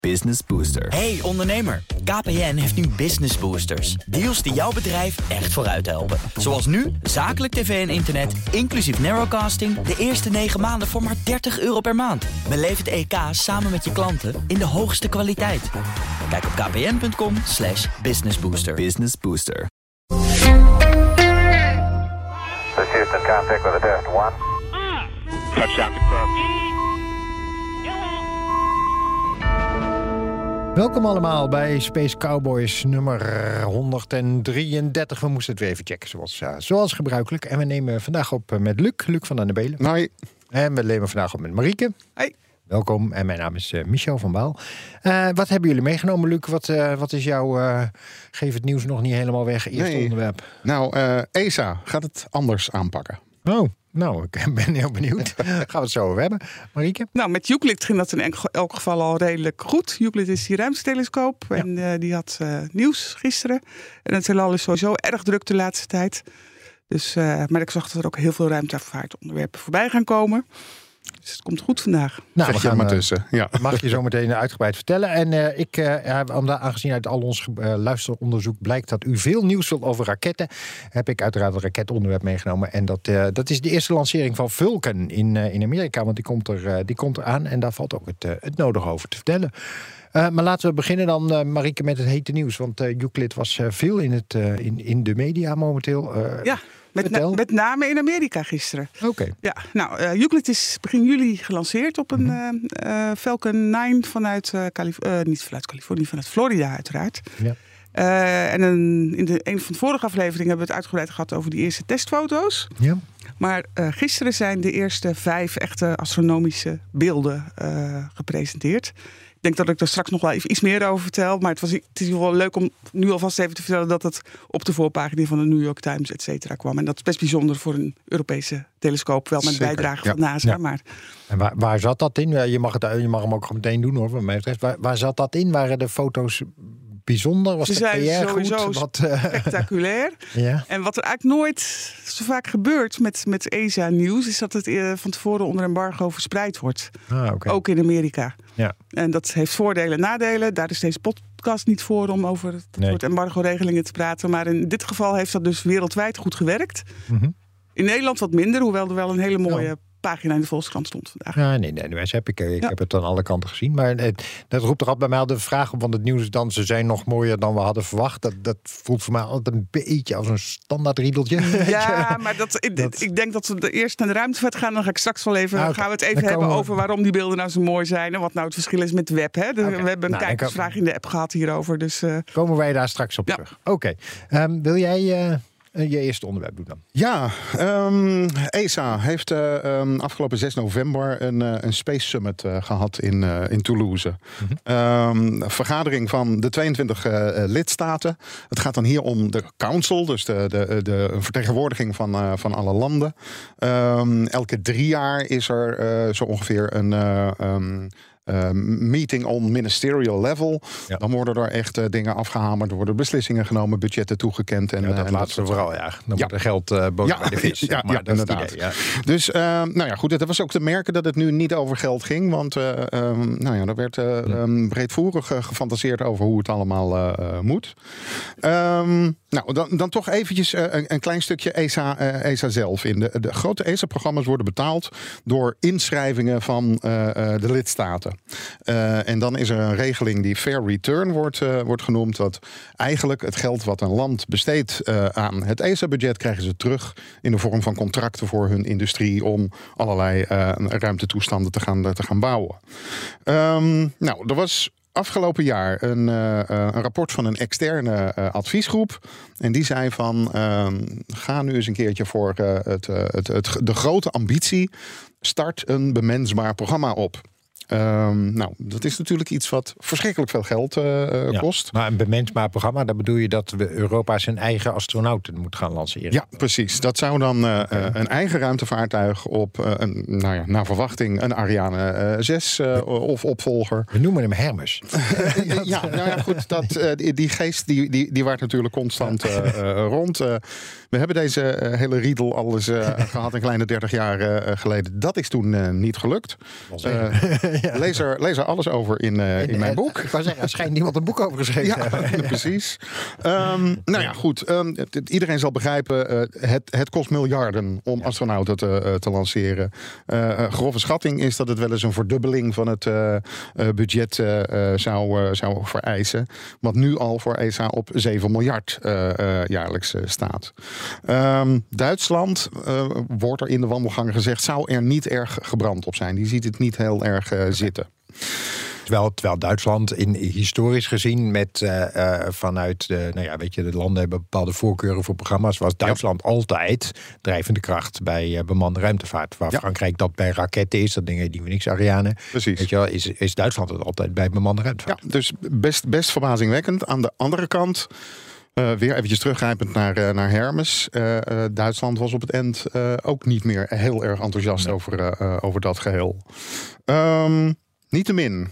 Business Booster. Hey ondernemer, KPN heeft nu Business Boosters. Deals die jouw bedrijf echt vooruit helpen. Zoals nu, zakelijk tv en internet, inclusief narrowcasting... de eerste 9 maanden voor maar €30 per maand. Beleef het EK samen met je klanten in de hoogste kwaliteit. Kijk op kpn.com/businessbooster. Business Booster. Houston, contact with a test 1. Touchdown confirmed. Welkom allemaal bij Space Cowboys nummer 133. We moesten het weer even checken, zoals gebruikelijk. En we nemen vandaag op met Luc van den Belen. Hoi. En we nemen vandaag op met Marieke. Hey. Welkom. En mijn naam is Michel van Baal. Wat hebben jullie meegenomen, Luc? Wat is jouw... geef het nieuws nog niet helemaal weg. Eerste onderwerp. Nou, ESA gaat het anders aanpakken. Oh, nou, ik ben heel benieuwd. Gaan we het zo over hebben. Marieke? Nou, met Euclid ging dat in elk geval al redelijk goed. Euclid is die ruimtetelescoop. Ja. En die had nieuws gisteren. En het heelal is sowieso erg druk de laatste tijd. Dus, maar ik zag dat er ook heel veel ruimtevaartonderwerpen voorbij gaan komen. Dus het komt goed vandaag. Nou, we gaan maar tussen. Ja. Mag je zo meteen uitgebreid vertellen. En aangezien uit al ons luisteronderzoek blijkt dat u veel nieuws wilt over raketten, heb ik uiteraard een raketonderwerp meegenomen. En dat is de eerste lancering van Vulcan in Amerika. Want die komt er aan en daar valt ook het nodige over te vertellen. Maar laten we beginnen dan, Marieke, met het hete nieuws. Want Euclid was veel in de media momenteel. Ja. Met name in Amerika gisteren. Oké. Ja, nou, Euclid is begin juli gelanceerd op een Falcon 9 vanuit vanuit Florida uiteraard. Ja. En in een van de vorige afleveringen hebben we het uitgebreid gehad over die eerste testfoto's. Ja. Maar gisteren zijn de eerste 5 echte astronomische beelden gepresenteerd. Ik denk dat ik er straks nog wel even iets meer over vertel. Maar het is wel leuk om nu alvast even te vertellen dat het op de voorpagina van de New York Times, et cetera, kwam. En dat is best bijzonder voor een Europese telescoop. Wel met bijdrage van NASA. Ja. Maar... En waar zat dat in? Je mag hem ook meteen doen, hoor, wat mij betreft. Waar zat dat in? Waren de foto's bijzonder? Was ze zijn sowieso spectaculair. Ja. En wat er eigenlijk nooit zo vaak gebeurt met ESA-nieuws, is dat het van tevoren onder embargo verspreid wordt. Okay. Ook in Amerika. Ja. En dat heeft voordelen en nadelen. Daar is deze podcast niet voor om over het soort embargo-regelingen te praten. Maar in dit geval heeft dat dus wereldwijd goed gewerkt. Mm-hmm. In Nederland wat minder, hoewel er wel een hele mooie pagina in de Volkskrant stond vandaag. Ja, ik heb het aan alle kanten gezien. Maar dat roept toch altijd bij mij al de vraag op, want het nieuws is dan, ze zijn nog mooier dan we hadden verwacht. Dat voelt voor mij altijd een beetje als een standaard riedeltje. Ja, maar ik denk dat we eerst naar de ruimtevaart gaan. Dan ga ik straks wel even, gaan we het even hebben over waarom die beelden nou zo mooi zijn. En wat nou het verschil is met web. Hè? We hebben een kijkersvraag in de app gehad hierover. Dus, komen wij daar straks op terug. Oké. Wil jij... je eerste onderwerp doen dan. Ja, ESA heeft afgelopen 6 november een Space Summit gehad in Toulouse. Mm-hmm. Vergadering van de 22 lidstaten. Het gaat dan hier om de Council, dus de vertegenwoordiging van alle landen. Elke 3 jaar is er zo ongeveer een... meeting on ministerial level. Ja. Dan worden er echt dingen afgehamerd. Er worden beslissingen genomen, budgetten toegekend. En dat laatste vooral, ja. Dan wordt er geld boven bij de vis. Ja, dat inderdaad. Is het idee, ja. Dus, goed. Het was ook te merken dat het nu niet over geld ging. Want er werd breedvoerig gefantaseerd over hoe het allemaal moet. Dan toch eventjes een klein stukje ESA zelf. De grote ESA-programma's worden betaald door inschrijvingen van de lidstaten. En dan is er een regeling die fair return wordt genoemd. Dat eigenlijk het geld wat een land besteedt aan het ESA-budget, krijgen ze terug in de vorm van contracten voor hun industrie om allerlei ruimtetoestanden te gaan bouwen. Er was afgelopen jaar een rapport van een externe adviesgroep. En die zei van, ga nu eens een keertje voor de grote ambitie. Start een bemensbaar programma op. Dat is natuurlijk iets wat verschrikkelijk veel geld kost. Maar een bemensbaar programma, dan bedoel je dat Europa zijn eigen astronauten moet gaan lanceren? Ja, precies. Dat zou dan een eigen ruimtevaartuig op, naar verwachting, een Ariane 6 of opvolger. We noemen hem Hermes. Goed. Die geest die waart natuurlijk constant rond. We hebben deze hele riedel al eens gehad een kleine 30 jaar geleden. Dat is toen niet gelukt. Lees er alles over in mijn boek. Ik wou zeggen, er schijnt niemand een boek over geschreven te hebben. Ja, precies. Nou ja, goed. Iedereen zal begrijpen, het kost miljarden om astronauten te lanceren. Grove schatting is dat het wel eens een verdubbeling van het budget zou vereisen. Wat nu al voor ESA op 7 miljard jaarlijks staat. Duitsland, wordt er in de wandelgangen gezegd, zou er niet erg gebrand op zijn. Die ziet het niet heel erg zitten. Terwijl Duitsland historisch gezien vanuit de landen hebben bepaalde voorkeuren voor programma's, was Duitsland altijd drijvende kracht bij bemande ruimtevaart. Waar Frankrijk dat bij raketten is, dat dingen die we niks Ariane. Precies. Weet je wel, is Duitsland het altijd bij bemande ruimtevaart. Ja, dus best verbazingwekkend. Aan de andere kant, weer eventjes teruggrijpend naar Hermes. Duitsland was op het eind ook niet meer heel erg enthousiast over dat geheel. Niettemin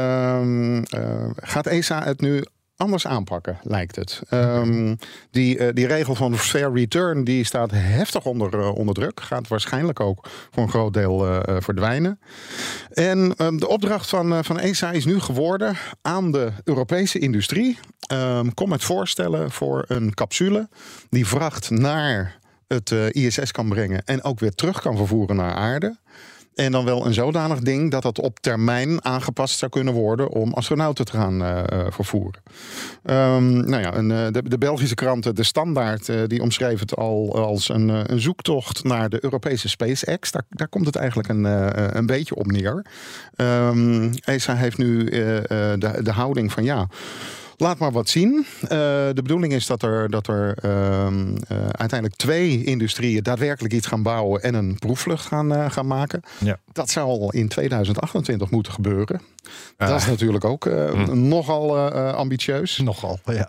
gaat ESA het nu anders aanpakken, lijkt het. Die regel van fair return die staat heftig onder druk. Gaat waarschijnlijk ook voor een groot deel verdwijnen. En de opdracht van ESA is nu geworden aan de Europese industrie. Kom met voorstellen voor een capsule die vracht naar het ISS kan brengen en ook weer terug kan vervoeren naar aarde. En dan wel een zodanig ding dat het op termijn aangepast zou kunnen worden om astronauten te gaan vervoeren. De Belgische krant De Standaard die omschreef het al als een zoektocht naar de Europese SpaceX. Daar komt het eigenlijk een beetje op neer. ESA heeft nu de houding van laat maar wat zien. De bedoeling is dat er uiteindelijk 2 industrieën daadwerkelijk iets gaan bouwen en een proefvlucht gaan maken. Ja. Dat zou al in 2028 moeten gebeuren. Dat is natuurlijk ook nogal ambitieus. Nogal, ja.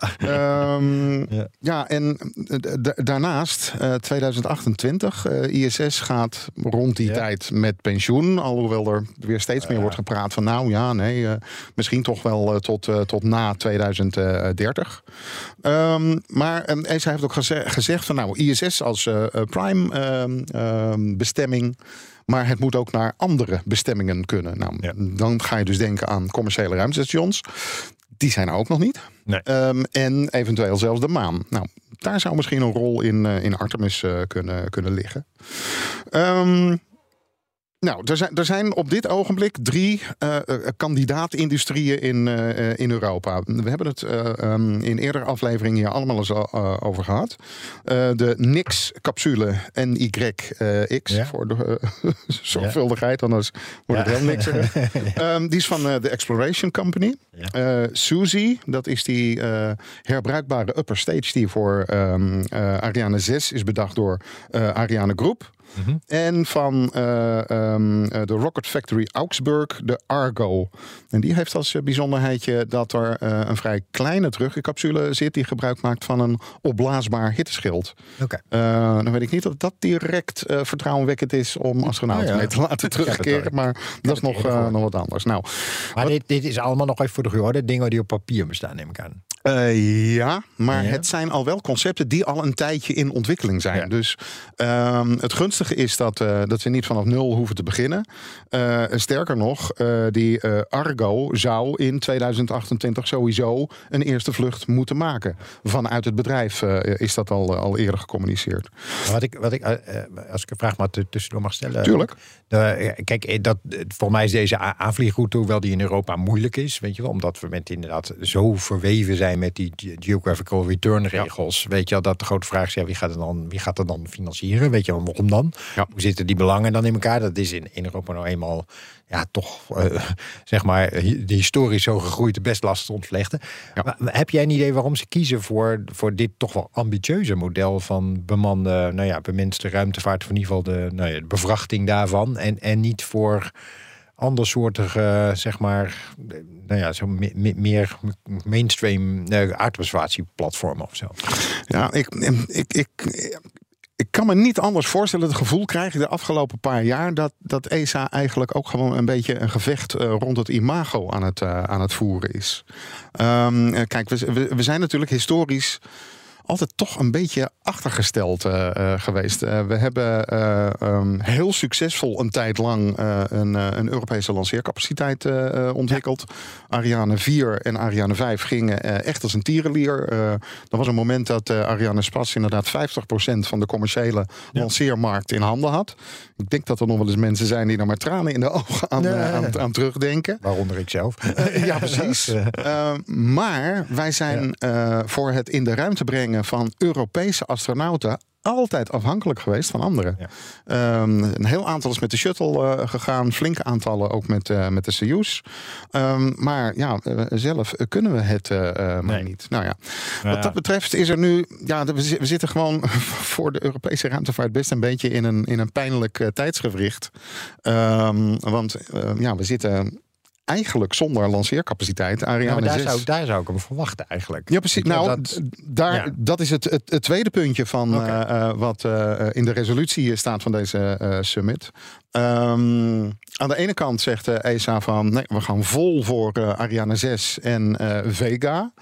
En daarnaast 2028. ISS gaat rond die tijd met pensioen. Alhoewel er weer steeds meer wordt gepraat van misschien toch wel tot na 2030. Maar ESA heeft ook gezegd van ISS als prime bestemming. Maar het moet ook naar andere bestemmingen kunnen. Dan ga je dus denken aan commerciële ruimtestations. Die zijn er ook nog niet. Nee. En eventueel zelfs de maan. Daar zou misschien een rol in Artemis kunnen liggen. Er zijn op dit ogenblik 3 kandidaatindustrieën in Europa. We hebben het in eerdere afleveringen hier allemaal eens over gehad. De NIX-capsule NYX, voor de zorgvuldigheid, anders wordt het heel niks. Die is van de Exploration Company. SUSI, dat is die herbruikbare upper stage die voor Ariane 6 is bedacht door Ariane Group. Mm-hmm. En van de Rocket Factory Augsburg, de Argo. En die heeft als bijzonderheidje dat er een vrij kleine teruggecapsule zit die gebruik maakt van een opblaasbaar hitteschild. Okay. Dan weet ik niet of dat direct vertrouwenwekkend is om astronauten mee te laten terugkeren. Maar dat is nog wat anders. Maar dit is allemaal nog even voor de gehoorde dingen die op papier bestaan, neem ik aan. Maar het zijn al wel concepten die al een tijdje in ontwikkeling zijn. Ja. Dus het gunstige is dat ze niet vanaf 0 hoeven te beginnen. Sterker nog, die Argo zou in 2028 sowieso een eerste vlucht moeten maken. Vanuit het bedrijf is dat al eerder gecommuniceerd. Wat ik als ik een vraag maar tussendoor mag stellen. Tuurlijk. Volgens mij is deze aanvliegroute, hoewel die in Europa moeilijk is, weet je wel, omdat we met inderdaad zo verweven zijn met die geographical return regels. Weet je wel, dat de grote vraag is, wie gaat het dan financieren? Weet je wel, waarom dan? Ja. Hoe zitten die belangen dan in elkaar? Dat is in Europa nou eenmaal de historisch zo gegroeid best lastig te ontvlechten. Ja. Maar heb jij een idee waarom ze kiezen voor dit toch wel ambitieuze model van bemenste ruimtevaart, of in ieder geval de bevrachting daarvan, en niet voor andersoortige, zo meer mainstream aardobservatieplatformen of zo? Ja, ik kan me niet anders voorstellen. Het gevoel krijg ik de afgelopen paar jaar dat ESA eigenlijk ook gewoon een beetje een gevecht rond het imago aan het voeren is. Kijk, we zijn natuurlijk historisch altijd toch een beetje achtergesteld geweest. We hebben heel succesvol een tijd lang een Europese lanceercapaciteit ontwikkeld. Ja. Ariane 4 en Ariane 5 gingen echt als een tierenlier. Er was een moment dat Ariane Spas inderdaad 50% van de commerciële lanceermarkt in handen had. Ik denk dat er nog wel eens mensen zijn die er maar tranen in de ogen aan terugdenken. Waaronder ik zelf. Ja, precies. Maar wij zijn voor het in de ruimte brengen van Europese astronauten altijd afhankelijk geweest van anderen. Ja. Een heel aantal is met de shuttle gegaan. Flinke aantallen ook met de Soyuz. Maar ja, zelf kunnen we het maar niet. Nou ja, wat dat betreft is er nu... Ja, we zitten gewoon voor de Europese ruimtevaart best een beetje in een pijnlijk tijdsgewricht. Want we zitten... eigenlijk zonder lanceercapaciteit. Ariane 6. Daar zou ik hem verwachten eigenlijk. Ja, precies. Dat is het tweede puntje van wat in de resolutie staat van deze summit. Aan de ene kant zegt de ESA van... nee, we gaan vol voor Ariane 6 en Vega.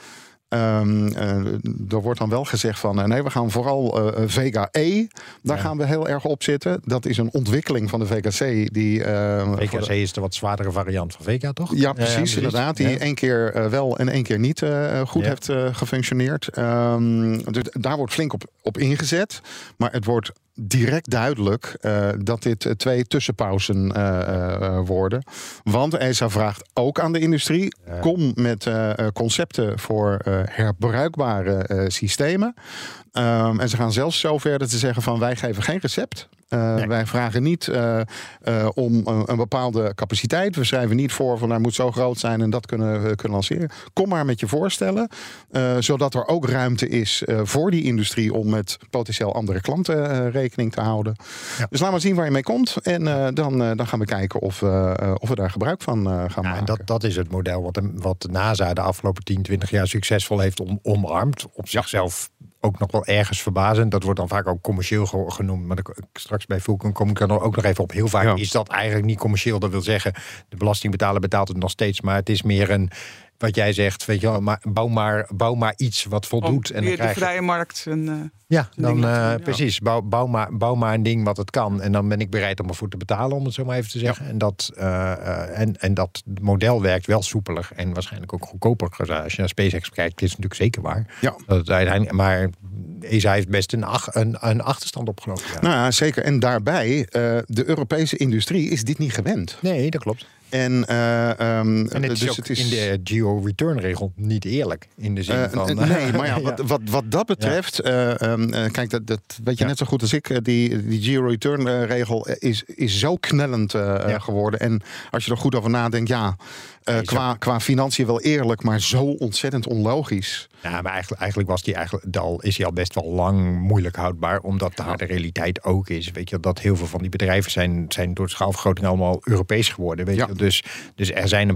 Er wordt dan wel gezegd van... nee, we gaan vooral Vega-E. Daar gaan we heel erg op zitten. Dat is een ontwikkeling van de VKC. VKC is de wat zwaardere variant van Vega, toch? Ja, precies. Inderdaad. Die 1 keer wel en 1 keer niet goed heeft gefunctioneerd. Dus daar wordt flink op ingezet. Maar het wordt direct duidelijk dat dit 2 tussenpauzen worden. Want ESA vraagt ook aan de industrie... kom met concepten voor herbruikbare systemen. En ze gaan zelfs zover dat ze zeggen van... wij geven geen recept. Wij vragen niet om een bepaalde capaciteit. We schrijven niet voor van moet zo groot zijn en dat kunnen lanceren. Kom maar met je voorstellen. Zodat er ook ruimte is voor die industrie om met potentieel andere klanten rekening te houden. Ja. Dus laat maar zien waar je mee komt. En dan gaan we kijken of we daar gebruik van gaan maken. En dat is het model wat de NASA de afgelopen 10, 20 jaar succesvol heeft omarmd. Op zichzelf ook nog wel ergens verbazend. Dat wordt dan vaak ook commercieel genoemd. Maar straks bij Vulcan kom ik er ook nog even op. Heel vaak is dat eigenlijk niet commercieel. Dat wil zeggen, de belastingbetaler betaalt het nog steeds. Maar het is meer een... wat jij zegt, weet je wel, maar bouw maar iets wat voldoet. En dan krijg je de vrije markt. Precies. Bouw maar een ding wat het kan. En dan ben ik bereid om ervoor te betalen, om het zo maar even te zeggen. Ja. En dat model werkt wel soepeler en waarschijnlijk ook goedkoper. Als je naar SpaceX kijkt, is het natuurlijk zeker waar. Ja. Maar ESA heeft best een achterstand opgelopen. Ja. Nou ja, zeker. En daarbij, de Europese industrie is dit niet gewend. Nee, dat klopt. En het is ook in de geo-return-regel niet eerlijk. In de zin van... Nee, maar ja, wat dat betreft... kijk, dat weet je net zo goed als ik. Die geo-return-regel is zo knellend geworden. En als je er goed over nadenkt... qua financiën wel eerlijk, maar zo ontzettend onlogisch. Ja, maar eigenlijk is hij al best wel lang moeilijk houdbaar, omdat daar de realiteit ook is. Weet je, dat heel veel van die bedrijven zijn door schaalvergroting allemaal Europees geworden. Weet je? Dus er zijn een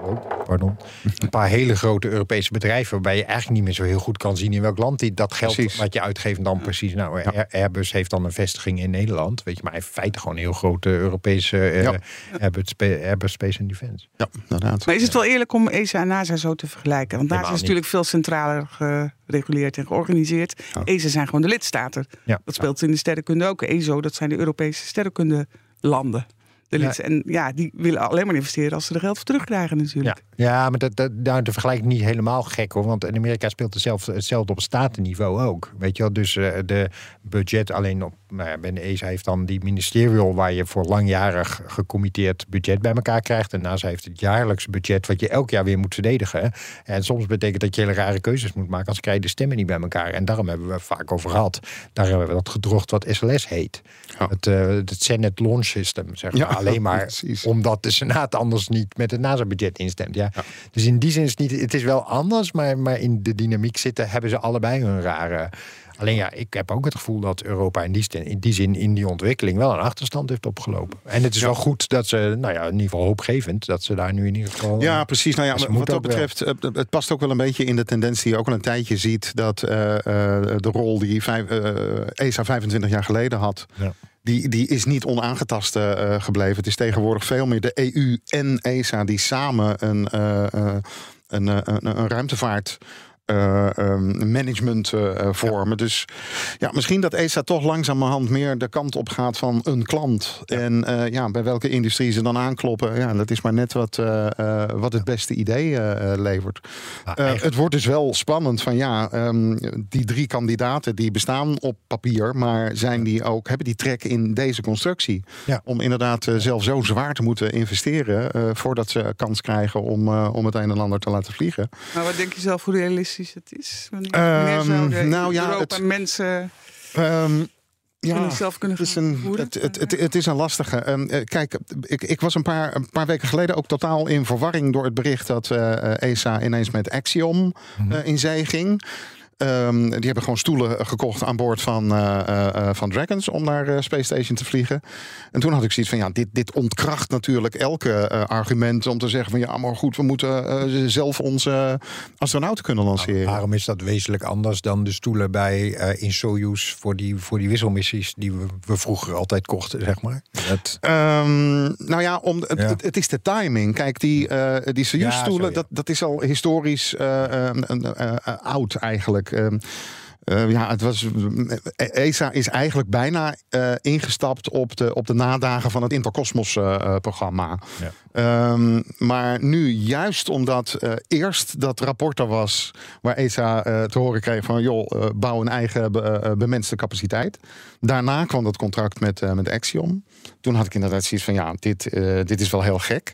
paar hele grote Europese bedrijven waarbij je eigenlijk niet meer zo heel goed kan zien in welk land dat geld wat je uitgeeft dan precies. Nou, Airbus heeft dan een vestiging in Nederland, weet je, maar in feite gewoon een heel grote Europese Airbus Space and Defense. Ja, inderdaad. Maar is het wel eerlijk om ESA en NASA zo te vergelijken? Want NASA is natuurlijk veel centraler gereguleerd en georganiseerd. ESA zijn gewoon de lidstaten. Ja. Dat speelt in de sterrenkunde ook. ESO, dat zijn de Europese sterrenkundelanden. En die willen alleen maar investeren als ze er geld voor terugkrijgen natuurlijk. Ja, maar de vergelijking niet helemaal gek hoor. Want in Amerika speelt hetzelfde op statenniveau ook. Weet je wel, dus de budget alleen op... bij de ESA heeft dan die ministerial waar je voor langjarig gecommitteerd budget bij elkaar krijgt. En NASA heeft het jaarlijkse budget wat je elk jaar weer moet verdedigen. En soms betekent dat je hele rare keuzes moet maken, anders krijg je de stemmen niet bij elkaar. En daarom hebben we vaak over gehad. Daar hebben we dat gedrocht wat SLS heet. Ja. Het Senate Launch System, zeg maar. Alleen maar omdat de Senaat anders niet met het NASA-budget instemt. Ja. Dus in die zin is het is wel anders, maar in de dynamiek hebben ze allebei hun rare... Alleen ik heb ook het gevoel dat Europa in die zin in die ontwikkeling wel een achterstand heeft opgelopen. En het is wel goed dat ze, in ieder geval hoopgevend, dat ze daar nu in ieder geval... Ja, precies. Wat dat betreft, het past ook wel een beetje in de tendens die je ook al een tijdje ziet, dat de rol die ESA 25 jaar geleden had... Ja. Die is niet onaangetast gebleven. Het is tegenwoordig veel meer de EU en ESA die samen een ruimtevaart management vormen. Dus ja, misschien dat ESA toch langzamerhand meer de kant op gaat van een klant. Ja. En bij welke industrie ze dan aankloppen, ja, dat is maar net wat het beste idee levert. Het wordt dus wel spannend van die 3 kandidaten die bestaan op papier, maar hebben die trek in deze constructie? Ja. Om inderdaad zelf zo zwaar te moeten investeren voordat ze kans krijgen om het een en ander te laten vliegen. Maar wat denk je zelf hoe realistisch het is? Wanneer zouden Europa mensen zelf kunnen voeren? Het is een lastige. Kijk, ik was een paar weken geleden ook totaal in verwarring door het bericht dat ESA ineens met Axiom in zee ging. Die hebben gewoon stoelen gekocht aan boord van Dragons om naar Space Station te vliegen. En toen had ik zoiets van, dit ontkracht natuurlijk elke argument om te zeggen van maar goed, we moeten zelf onze astronauten kunnen lanceren. Waarom is dat wezenlijk anders dan de stoelen in Soyuz voor die wisselmissies die we vroeger altijd kochten, zeg maar? Het is de timing. Kijk, die Soyuz-stoelen, dat is al historisch oud eigenlijk. ESA is eigenlijk bijna ingestapt op de nadagen van het Interkosmos-programma. Maar nu, juist omdat eerst dat rapport er was waar ESA te horen kreeg van bouw een eigen bemenste capaciteit. Daarna kwam dat contract met Axiom. Toen had ik inderdaad zoiets van dit is wel heel gek.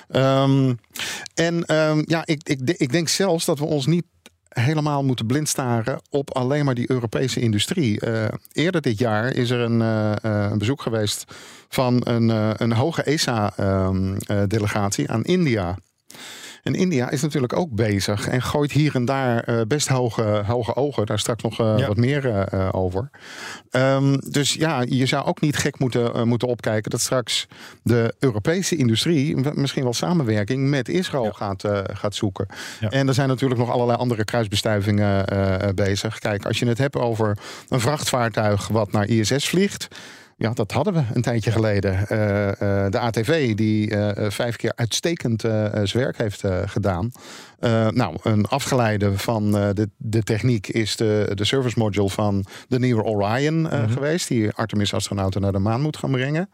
Ik denk zelfs dat we ons niet helemaal moeten blind staren op alleen maar die Europese industrie. Eerder dit jaar is er een bezoek geweest van een hoge ESA-delegatie aan India. En India is natuurlijk ook bezig en gooit hier en daar best hoge ogen. Daar straks nog wat meer over. Dus je zou ook niet gek moeten opkijken dat straks de Europese industrie misschien wel samenwerking met Israël gaat zoeken. Ja. En er zijn natuurlijk nog allerlei andere kruisbestuivingen bezig. Kijk, als je het hebt over een vrachtvaartuig wat naar ISS vliegt. Ja, dat hadden we een tijdje geleden. De ATV die 5 keer uitstekend zijn werk heeft gedaan. Een afgeleide van de techniek is de service module van de nieuwe Orion geweest. Die Artemis-astronauten naar de maan moet gaan brengen.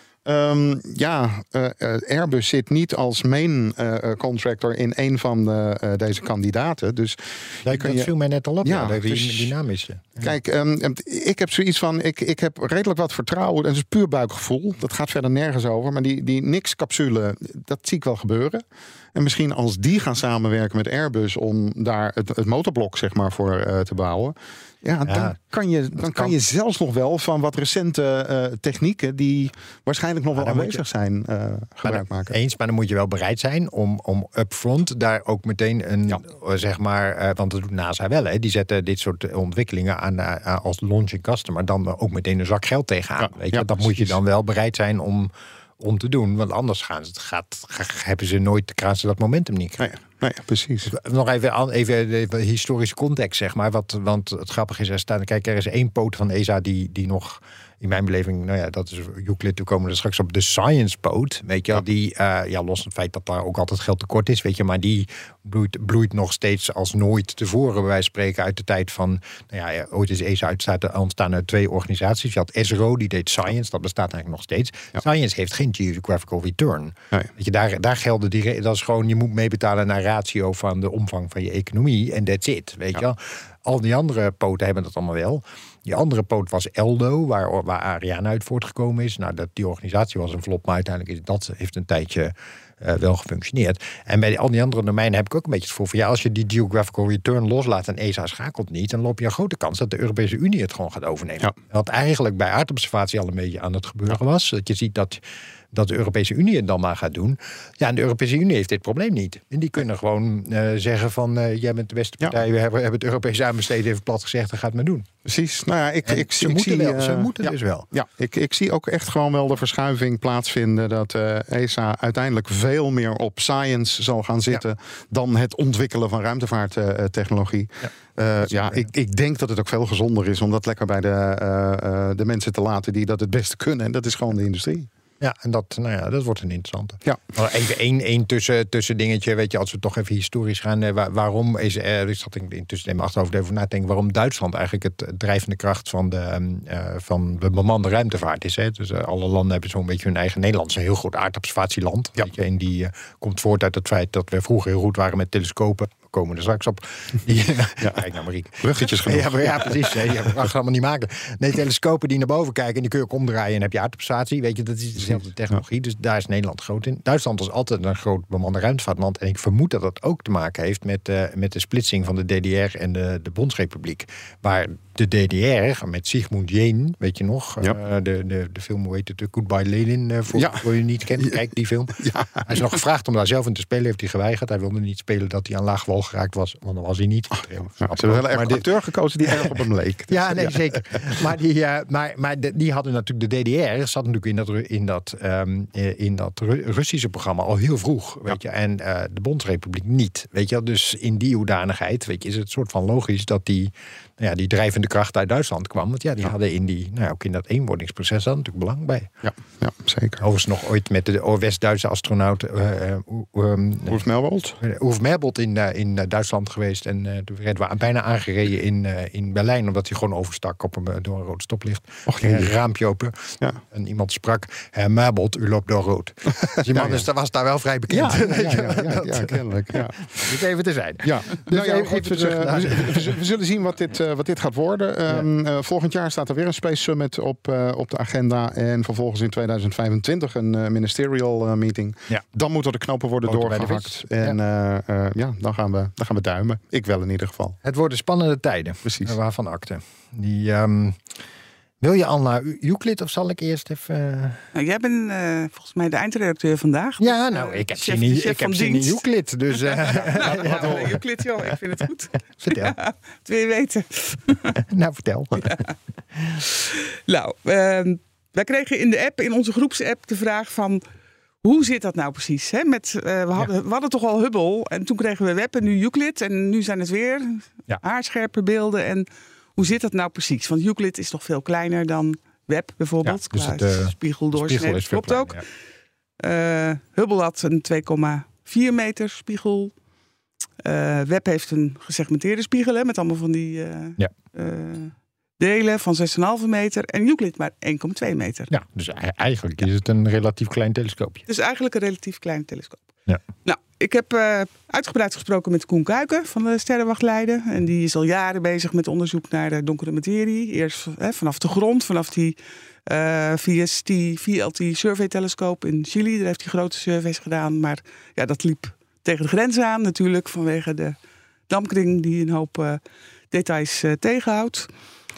Ja. Airbus zit niet als main contractor in een van deze kandidaten. Dus dat viel mij net al op. Dat die naam is. Kijk, ik heb zoiets van, ik heb redelijk wat vertrouwen. Dat is puur buikgevoel. Dat gaat verder nergens over. Maar die Nix-capsule, dat zie ik wel gebeuren. En misschien als die gaan samenwerken met Airbus om daar het motorblok zeg maar voor te bouwen. Dan kan je zelfs nog wel van wat recente technieken die waarschijnlijk nog wel aanwezig zijn gebruik maken. Eens, maar dan moet je wel bereid zijn om upfront daar ook meteen want dat doet NASA wel. Hè? Die zetten dit soort ontwikkelingen aan als launching customer dan ook meteen een zak geld tegenaan. Dat moet je dan wel bereid zijn om te doen, want anders hebben ze nooit dat momentum niet krijgen. Nee, precies. Nog even de historische context, zeg maar. Want het grappige is, er is 1 poot van ESA die nog, in mijn beleving, dat is Euclid, toen komen we straks op de Science poot, weet je wel, die, los van het feit dat daar ook altijd geld tekort is, weet je, maar die bloeit nog steeds als nooit tevoren, bij wijze van spreken, uit de tijd van, ooit is ESA ontstaan uit 2 organisaties. Je had ESRO, die deed Science, dat bestaat eigenlijk nog steeds. Ja. Science heeft geen geographical return. Nee. Weet je, daar gelden dat is gewoon, je moet meebetalen naar ratio van de omvang van je economie en that's it, weet je wel. Al die andere poten hebben dat allemaal wel. Die andere poot was ELDO, waar Ariane uit voortgekomen is. Die organisatie was een flop, maar uiteindelijk heeft een tijdje wel gefunctioneerd. En bij al die andere domeinen heb ik ook een beetje het gevoel van, als je die geographical return loslaat en ESA schakelt niet, dan loop je een grote kans dat de Europese Unie het gewoon gaat overnemen. Ja. Wat eigenlijk bij aardobservatie al een beetje aan het gebeuren was. Dat je ziet dat de Europese Unie het dan maar gaat doen. Ja, en de Europese Unie heeft dit probleem niet. En die kunnen gewoon zeggen van, jij bent de beste partij, we hebben het Europese aanbesteden even plat gezegd, dan gaat het maar doen. Precies. Ze moeten dus wel. Ja, ik zie ook echt gewoon wel de verschuiving plaatsvinden dat ESA uiteindelijk veel meer op science zal gaan zitten dan het ontwikkelen van ruimtevaarttechnologie. Ik denk dat het ook veel gezonder is om dat lekker bij de mensen te laten die dat het beste kunnen. En dat is gewoon de industrie. Ja, en dat wordt een interessante. Ja. Maar even één tussen dingetje, weet je, als we toch even historisch gaan. Waarom is ik zat intussen in mijn achterhoofd even na te denken waarom Duitsland eigenlijk het drijvende kracht van de bemande ruimtevaart is. Hè? Dus alle landen hebben zo'n beetje hun eigen. Nederland is een heel groot aardobservatieland. Ja. Weet je, en die komt voort uit het feit dat we vroeger heel goed waren met telescopen. We komen er straks op. Kijk nou, Marieke. Bruggetjes genoeg. Ja, precies. Je mag het allemaal niet maken. Nee, telescopen die naar boven kijken en die kun je ook omdraaien en heb je aardobservatie. Weet je, dat is dezelfde technologie. Dus daar is Nederland groot in. Duitsland was altijd een groot bemande ruimtevaartland. En ik vermoed dat dat ook te maken heeft met de splitsing van de DDR en de Bondsrepubliek. Waar de DDR met Sigmund Jähn, weet je nog? Ja. De film, hoe heet het? Goodbye Lenin, voor je niet kent. Kijk die film. Ja. Hij is nog gevraagd om daar zelf in te spelen, heeft hij geweigerd. Hij wilde niet spelen dat hij aan laag wal geraakt was, want dan was hij niet. Ze hebben wel een acteur gekozen die erg op hem leek. Ja, nee, zeker. Maar die hadden natuurlijk, de DDR zat natuurlijk in dat Russische programma al heel vroeg, weet je. En de Bondsrepubliek niet, weet je. Dus in die hoedanigheid, weet je, is het soort van logisch dat die drijvende kracht uit Duitsland kwam. Want die hadden ook in dat eenwordingsproces daar natuurlijk belang bij. Ja, zeker. Overigens nog ooit met de West-Duitse astronaut Ulf Merbold. Ulf Merbold in Duitsland geweest. En toen werden we bijna aangereden in Berlijn, omdat hij gewoon overstak door een rood stoplicht. Ging een raampje open. Ja. En iemand sprak, Merbold, u loopt door rood. Dus die man was daar wel vrij bekend. Ja, kennelijk. Ja. Dus even te zijn. Ja. Dus we zullen zien wat dit gaat worden. Volgend jaar staat er weer een Space Summit op de agenda. En vervolgens in 2025 een ministerial meeting. Ja. Dan moeten de knopen worden doorgehakt. En dan gaan we duimen. Ik wel in ieder geval. Het worden spannende tijden. Precies. Waarvan akte. Wil je al naar Euclid of zal ik eerst even... Nou, jij bent volgens mij de eindredacteur vandaag. Dus, ja, ik heb zin in Euclid. Dus, Euclid, joh, ik vind het goed. Vertel. Ja, dat wil je weten. Nou, vertel. Ja. Nou, wij kregen in onze groepsapp de vraag van... Hoe zit dat nou precies? Hè? We hadden toch al Hubble en toen kregen we Webb en nu Euclid. En nu zijn het weer haarscherpe beelden en... Hoe zit dat nou precies? Want Euclid is toch veel kleiner dan Webb bijvoorbeeld. Ja, dus de spiegeldoorsnede. Klopt ook. Ja. Hubble had een 2,4 meter spiegel. Webb heeft een gesegmenteerde spiegel met allemaal van die delen van 6,5 meter. En Euclid maar 1,2 meter. Ja, dus eigenlijk is het een relatief klein telescoopje. Dus eigenlijk een relatief klein telescoop. Ja. Nou, ik heb uitgebreid gesproken met Koen Kuiken van de Sterrenwacht Leiden. En die is al jaren bezig met onderzoek naar de donkere materie. Eerst vanaf de grond, vanaf die VLT survey-telescoop in Chili. Daar heeft hij grote surveys gedaan. Maar dat liep tegen de grens aan natuurlijk. Vanwege de dampkring die een hoop details tegenhoudt.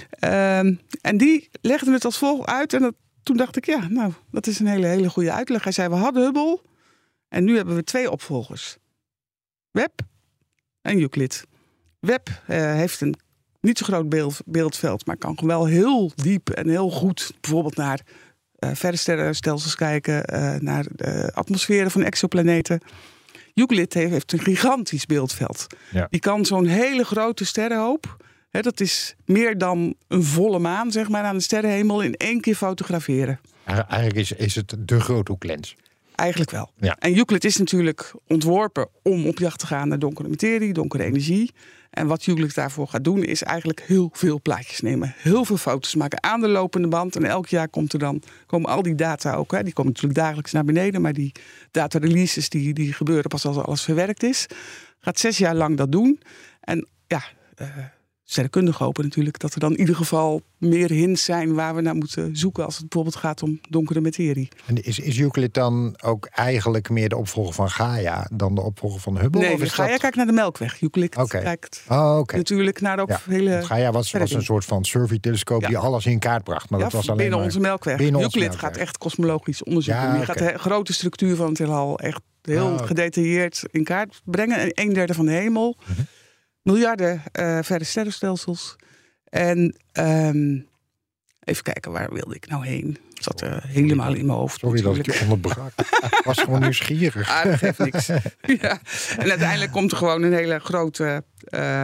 En die legde het als volgt uit. En toen dacht ik, dat is een hele goede uitleg. Hij zei, we hadden Hubble... En nu hebben we 2 opvolgers. Webb en Euclid. Webb heeft een niet zo groot beeldveld, maar kan wel heel diep en heel goed bijvoorbeeld naar verre sterrenstelsels kijken, naar de atmosferen van exoplaneten. Euclid heeft een gigantisch beeldveld. Ja. Die kan zo'n hele grote sterrenhoop, dat is meer dan een volle maan, zeg maar, aan de sterrenhemel in 1 keer fotograferen. Eigenlijk is het de groothoeklens. Eigenlijk wel. Ja. En Euclid is natuurlijk ontworpen om op jacht te gaan naar donkere materie, donkere energie. En wat Euclid daarvoor gaat doen is eigenlijk heel veel plaatjes nemen. Heel veel foto's maken aan de lopende band. En elk jaar komen al die data ook. Die komen natuurlijk dagelijks naar beneden. Maar die data releases die gebeuren pas als alles verwerkt is. Gaat 6 jaar lang dat doen. En sterrenkundigen hopen natuurlijk dat er dan in ieder geval meer hints zijn waar we naar moeten zoeken als het bijvoorbeeld gaat om donkere materie. En is Euclid dan ook eigenlijk meer de opvolger van Gaia dan de opvolger van Hubble? Nee, Gaia kijkt naar de Melkweg. Euclid kijkt natuurlijk naar de hele... Gaia was een soort van survey-telescoop die alles in kaart bracht. Maar dat was alleen binnen onze Melkweg. Euclid gaat echt kosmologisch onderzoek doen. Die gaat de grote structuur van het heelal echt heel gedetailleerd in kaart brengen. En 1/3 van de hemel. Mm-hmm. Miljarden verre sterrenstelsels. En even kijken, waar wilde ik nou heen? Het zat helemaal in mijn hoofd. Sorry dat ik je onderbrak. Ik was gewoon nieuwsgierig. Dat geeft niks. Ja. En uiteindelijk komt er gewoon een hele grote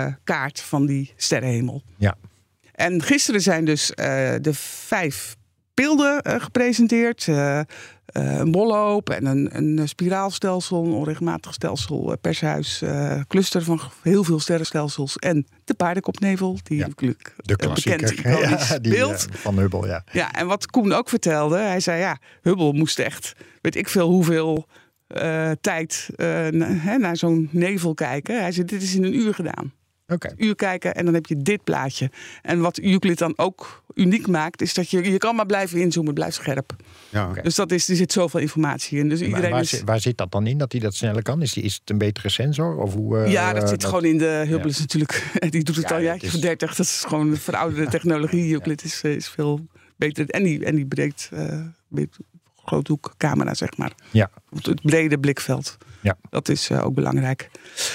kaart van die sterrenhemel. Ja. En gisteren zijn dus de 5 beelden gepresenteerd. Een bolloop en een spiraalstelsel, een onregelmatig stelsel, pershuis, cluster van heel veel sterrenstelsels en de paardenkopnevel, die natuurlijk de bekend iconisch beeld. Van Hubble, ja. Ja, en wat Koen ook vertelde, hij zei Hubble moest echt, weet ik veel hoeveel tijd naar zo'n nevel kijken. Hij zei, dit is in een uur gedaan. Okay. Uur kijken en dan heb je dit plaatje. En wat Euclid dan ook uniek maakt, is dat je kan maar blijven inzoomen, het blijft scherp. Ja. Okay. Dus er zit zoveel informatie in. Dus waar zit dat dan in, dat hij dat sneller kan? Is het een betere sensor? Of hoe, dat zit gewoon in de Hubble is natuurlijk. Die doet het al jaartje van 30. Dat is gewoon verouderde technologie. Euclid is veel beter. En die breekt groothoekcamera, zeg maar. Ja. Het brede blikveld. Ja. Dat is ook belangrijk.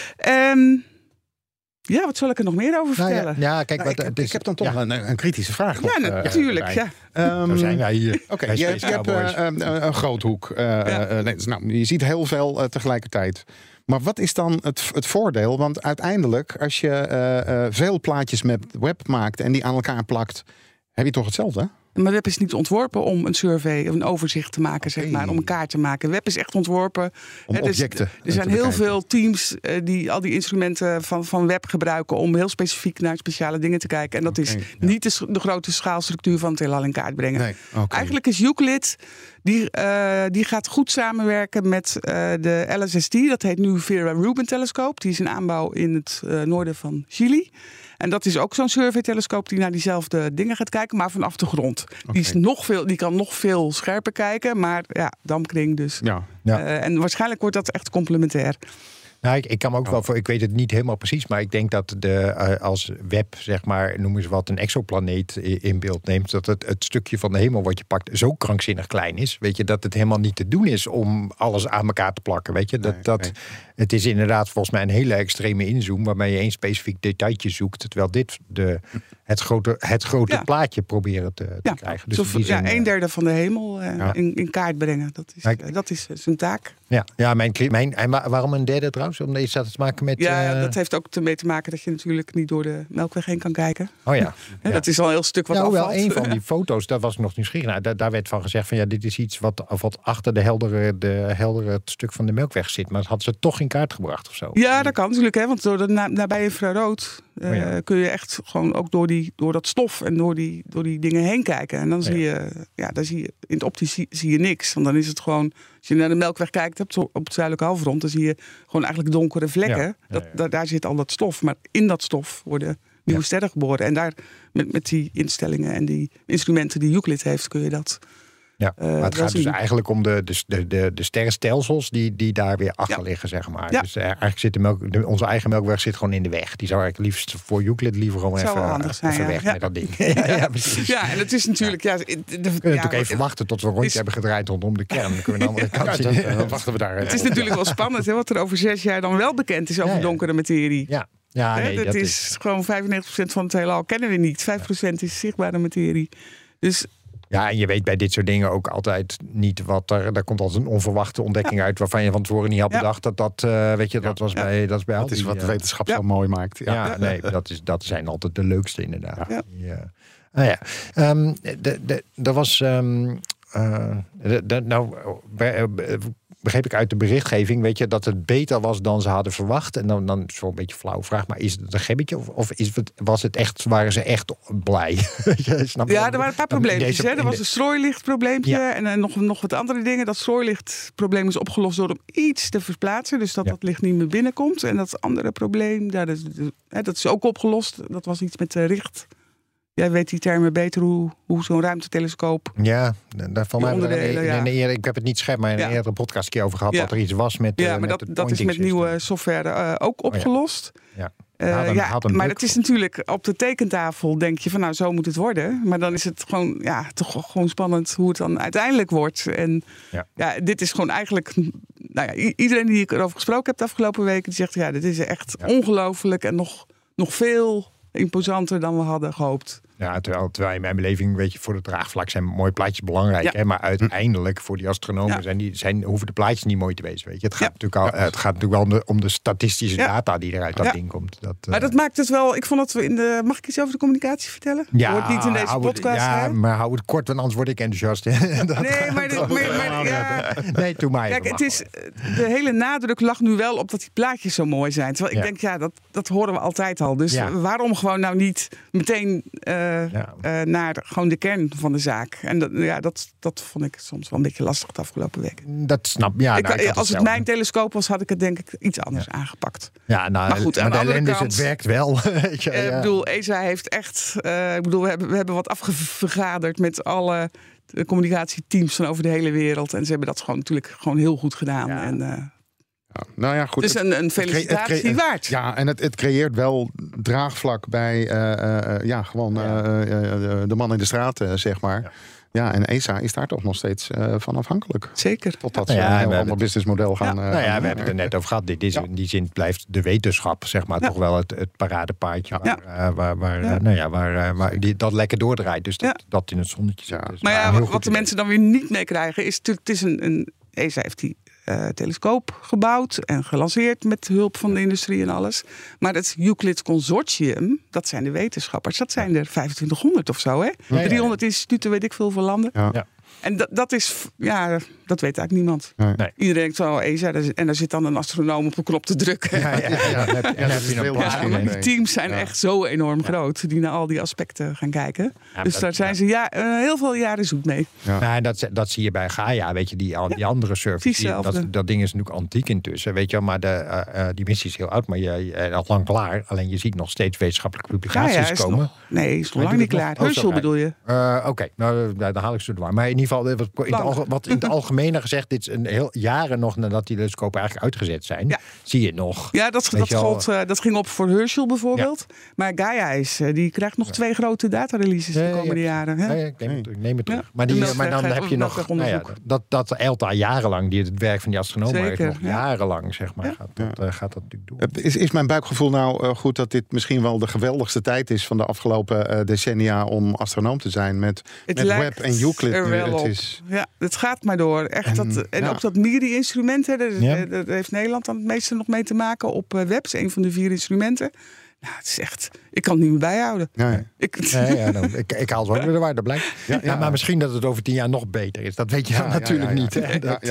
Ja, wat zal ik er nog meer over vertellen? Ik heb dan toch een kritische vraag. Ja, natuurlijk. Zo zijn wij hier. Oké, je hebt een groothoek. Je ziet heel veel tegelijkertijd. Maar wat is dan het voordeel? Want uiteindelijk, als je veel plaatjes met web maakt en die aan elkaar plakt, heb je toch hetzelfde? Maar web is niet ontworpen om een survey of een overzicht te maken, zeg maar, om een kaart te maken. Web is echt ontworpen om objecten. Er zijn heel veel teams die al die instrumenten van web gebruiken om heel specifiek naar speciale dingen te kijken. En dat is niet de grote schaalstructuur van het heelal in kaart brengen. Nee, Eigenlijk is Euclid, die gaat goed samenwerken met de LSST. Dat heet nu Vera Rubin telescoop. Die is in aanbouw in het noorden van Chili. En dat is ook zo'n survey-telescoop die naar diezelfde dingen gaat kijken, maar vanaf de grond. Okay. Die kan nog veel scherper kijken, maar dampkring dus. Ja. En waarschijnlijk wordt dat echt complementair. Nou, ik kan me ook wel voor, ik weet het niet helemaal precies, maar ik denk dat als web, zeg maar, noem eens wat, een exoplaneet in beeld neemt, dat het stukje van de hemel wat je pakt zo krankzinnig klein is, weet je, dat het helemaal niet te doen is om alles aan elkaar te plakken, weet je. Het is inderdaad volgens mij een hele extreme inzoom, waarmee je één specifiek detailtje zoekt, terwijl dit het grote plaatje proberen te krijgen. Dus 1/3 van de hemel in kaart brengen. Dat is zijn taak. Ja, waarom een derde trouwens? Omdat iets te maken met... dat heeft ook ermee te maken dat je natuurlijk niet door de Melkweg heen kan kijken. Oh ja. Dat is al een heel stuk wat afvalt. Wel, een van die foto's, daar was ik nog nieuwsgierig naar. Daar werd van gezegd van dit is iets wat achter de heldere stuk van de Melkweg zit. Maar dat had ze toch in kaart gebracht of zo. Ja, dat kan natuurlijk. Want door nabij infrarood kun je echt gewoon ook door dat stof en door die dingen heen kijken. En dan zie je, in het optisch zie je niks. Want dan is het gewoon, als je naar de Melkweg kijkt op het zuidelijke halfrond, dan zie je gewoon eigenlijk donkere vlekken. Daar zit al dat stof. Maar in dat stof worden nieuwe sterren geboren. En daar met die instellingen en die instrumenten die Euclid heeft, kun je dat. Ja, maar het gaat dus eigenlijk om de sterrenstelsels die daar weer achter liggen, zeg maar. Ja. Dus eigenlijk zit onze eigen Melkweg zit gewoon in de weg. Die zou eigenlijk liefst voor Euclid liever gewoon even weg met dat ding. Precies. Ja, en het is natuurlijk... we kunnen natuurlijk even wachten tot we een rondje hebben gedraaid rondom de kern. Dan kunnen we aan de andere kant zitten. Dan wachten we daar. Het is natuurlijk wel spannend, wat er over 6 jaar dan wel bekend is over donkere materie. Ja. Dat is gewoon 95% van het heelal kennen we niet. 5% is zichtbare materie. Dus... Ja, en je weet bij dit soort dingen ook altijd niet wat er... Daar komt altijd een onverwachte ontdekking uit waarvan je van tevoren niet had bedacht dat was bij dat is bij dat is wat de wetenschap zo mooi maakt. Dat zijn altijd de leukste inderdaad. Er was... begreep ik uit de berichtgeving, weet je, dat het beter was dan ze hadden verwacht. En dan is wel een beetje een flauwe vraag, maar is het een gebbetje of waren ze echt blij? Snap je? Er waren een paar probleempjes. Er was een strooilichtprobleempje en nog wat andere dingen. Dat strooilichtprobleem is opgelost door hem iets te verplaatsen, dus dat licht niet meer binnenkomt. En dat andere probleem, dat is ook opgelost. Dat was iets met richt. Jij weet die termen beter, hoe zo'n ruimtetelescoop... Ja, daarvan ik heb het niet scherp, maar in een eerdere podcast een keer over gehad dat er iets was met maar dat is met nieuwe software ook opgelost. Maar het is natuurlijk op de tekentafel denk je van zo moet het worden. Maar dan is het gewoon, toch gewoon spannend hoe het dan uiteindelijk wordt. En dit is gewoon eigenlijk... iedereen die ik erover gesproken heb de afgelopen weken, die zegt dit is echt ongelooflijk en nog veel imposanter dan we hadden gehoopt. Ja, terwijl in mijn beleving, weet je, voor het draagvlak zijn mooie plaatjes belangrijk. Ja. Hè? Maar uiteindelijk voor die astronomen hoeven de plaatjes niet mooi te wezen. Weet je? Het gaat natuurlijk wel om de statistische data die er uit dat ding komt. Maar dat maakt het wel. Ik vond dat we mag ik iets over de communicatie vertellen? Ja, hoort niet in deze podcast. Maar hou het kort, want anders word ik enthousiast. Nee, doe maar. Kijk, de hele nadruk lag nu wel op dat die plaatjes zo mooi zijn. Terwijl ik denk, dat horen we altijd al. Dus waarom gewoon nou niet meteen naar gewoon de kern van de zaak? En dat vond ik soms wel een beetje lastig de afgelopen weken. Dat snap ik. Als het mijn telescoop was, had ik het denk ik iets anders aangepakt. Ja, nou, maar goed, aan de andere kant, het werkt wel. Ik bedoel, ESA heeft echt... we hebben wat afgevergaderd met alle communicatieteams van over de hele wereld. En ze hebben dat natuurlijk gewoon heel goed gedaan. Ja. En, nou ja, goed. Dus een felicitatie waard. Ja, en het creëert wel draagvlak bij de man in de straat, zeg maar. Ja. Ja, en ESA is daar toch nog steeds van afhankelijk. Zeker. Totdat ze een heel ander businessmodel gaan... we hebben het er net over gehad. In die zin blijft de wetenschap, zeg maar, toch wel het paradepaardje waar dat lekker doordraait. Dus dat in het zonnetje zit. Dus maar wat de mensen dan weer niet meekrijgen is... Het is een ESA heeft die telescoop gebouwd en gelanceerd met hulp van de industrie en alles. Maar het Euclid Consortium, dat zijn de wetenschappers. Dat zijn er 2500 of zo, hè? 300 instituten, weet ik veel voor landen. Ja. En dat is, dat weet eigenlijk niemand. Nee. Iedereen denkt zo, ESA, en daar zit dan een astronoom op een knop te drukken. Maar die teams zijn echt zo enorm groot, die naar al die aspecten gaan kijken. Ja, dus daar zijn ze heel veel jaren zoet mee. Ja. Dat zie je bij Gaia, weet je, die andere service. Dat ding is natuurlijk antiek intussen, weet je, maar die missie is heel oud, maar al lang klaar. Alleen je ziet nog steeds wetenschappelijke publicaties komen. Is nog lang niet klaar. Herschel bedoel je? Oké, nou, dan haal ik ze door. Maar in ieder geval, wat in het algemene gezegd, dit is jaren nog nadat die telescopen eigenlijk uitgezet zijn, zie je nog. Ja, dat ging op voor Herschel bijvoorbeeld. Ja. Maar Gaia die krijgt nog 2 grote datareleases de komende jaren. Hè? Ik neem het terug. Maar dan heb je nog dat ELTA jarenlang, het werk van die astronomen heeft nog jarenlang, zeg maar, gaat dat natuurlijk door. Is mijn buikgevoel nou goed dat dit misschien wel de geweldigste tijd is van de afgelopen decennia om astronoom te zijn met Webb en Euclid? Ja, het gaat maar door. Echt ook dat MIRI-instrument, daar heeft Nederland dan het meeste nog mee te maken op Webb. Is een van de 4 instrumenten. Nou, het is echt... Ik kan het niet meer bijhouden. Ja. Ik haal ze ook weer de waarde, blijkt. Ja, maar misschien dat het over 10 jaar nog beter is. Dat weet je natuurlijk niet.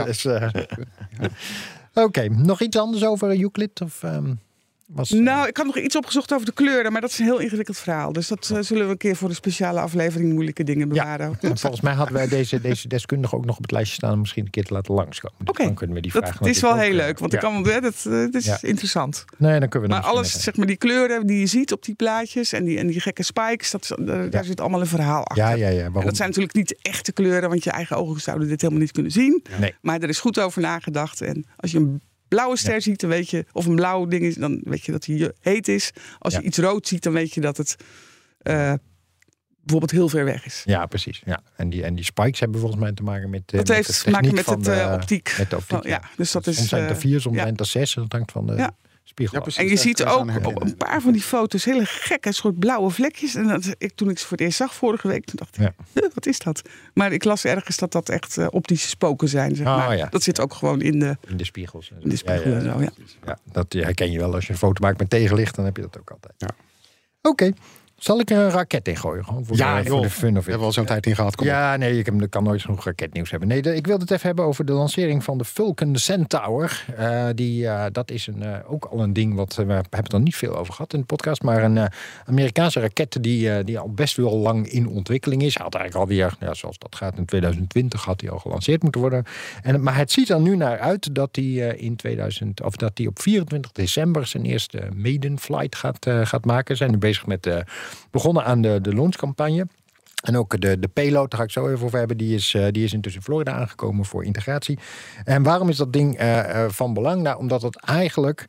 Oké, nog iets anders over Euclid? Of... ik had nog iets opgezocht over de kleuren, maar dat is een heel ingewikkeld verhaal. Dus dat zullen we een keer voor een speciale aflevering moeilijke dingen bewaren. Ja, volgens mij hadden wij deze deskundige ook nog op het lijstje staan om misschien een keer te laten langskomen. Dus dan kunnen we die vragen. Het is wel heel leuk, want het is interessant. Nee, dan kunnen we. Maar alles, zeg maar, die kleuren die je ziet op die plaatjes en die gekke spikes, daar zit allemaal een verhaal achter. Ja. En dat zijn natuurlijk niet echte kleuren, want je eigen ogen zouden dit helemaal niet kunnen zien. Nee. Maar er is goed over nagedacht. En als je een blauwe ster ziet, dan weet je, of een blauw ding is, dan weet je dat hij heet is. Als je iets rood ziet, dan weet je dat het bijvoorbeeld heel ver weg is. Ja, precies. Ja. En die spikes hebben volgens mij te maken met dat heeft te maken met het optiek. Met de optiek. Dus dat is, soms zijn het er 4, soms zijn het er 6. Dat hangt van de spiegel. Ja, en je ziet ook op een paar van die foto's hele gekke soort blauwe vlekjes. En toen ik ze voor het eerst zag vorige week, toen dacht ik, wat is dat? Maar ik las ergens dat echt optische spoken zijn. Zeg maar. Dat zit ook gewoon in de spiegels. In de spiegel en zo, dat herken je wel als je een foto maakt met tegenlicht, dan heb je dat ook altijd. Ja. Oké. Zal ik er een raket in gooien? Gewoon voor de fun of it. Hebben we al zo'n tijd in gehad. Ik kan nooit genoeg raketnieuws hebben. Nee, ik wilde het even hebben over de lancering van de Vulcan Centaur. Dat is ook al een ding wat we hebben het er niet veel over gehad in de podcast. Maar een Amerikaanse raket die al best wel lang in ontwikkeling is. Hij had eigenlijk alweer, zoals dat gaat, in 2020 had hij al gelanceerd moeten worden. Maar het ziet er nu naar uit dat hij op 24 december zijn eerste maiden flight gaat maken. Ze zijn nu bezig met begonnen aan de launchcampagne. En ook de payload, daar ga ik zo even over hebben, die is intussen in Florida aangekomen voor integratie. En waarom is dat ding van belang? Nou, omdat het eigenlijk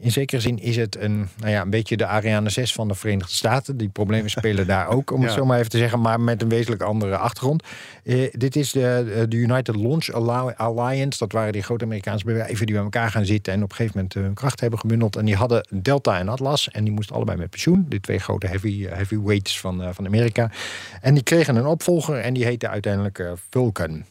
In zekere zin is het een beetje de Ariane 6 van de Verenigde Staten. Die problemen spelen daar ook, om het zo maar even te zeggen, maar met een wezenlijk andere achtergrond. Dit is de United Launch Alliance. Dat waren die grote Amerikaanse bedrijven die bij elkaar gaan zitten en op een gegeven moment hun kracht hebben gebundeld. En die hadden Delta en Atlas en die moesten allebei met pensioen. Die twee grote heavyweights van Amerika. En die kregen een opvolger en die heette uiteindelijk Vulcan.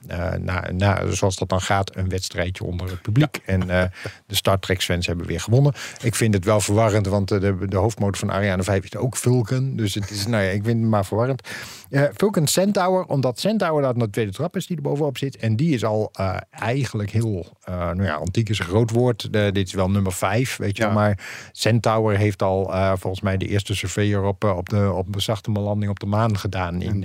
Zoals dat dan gaat, een wedstrijdje onder het publiek. En de Star Trek fans hebben weer gewonnen. Ik vind het wel verwarrend, want de hoofdmotor van Ariane 5 is ook Vulcan. Dus het is, ik vind het maar verwarrend. Vulcan Centaur, omdat Centaur dat een tweede trap is die er bovenop zit. En die is al eigenlijk heel, antiek is een groot woord. Dit is wel nummer 5, weet je wel. Maar Centaur heeft al volgens mij de eerste surveyor op de zachte landing op de maan gedaan. In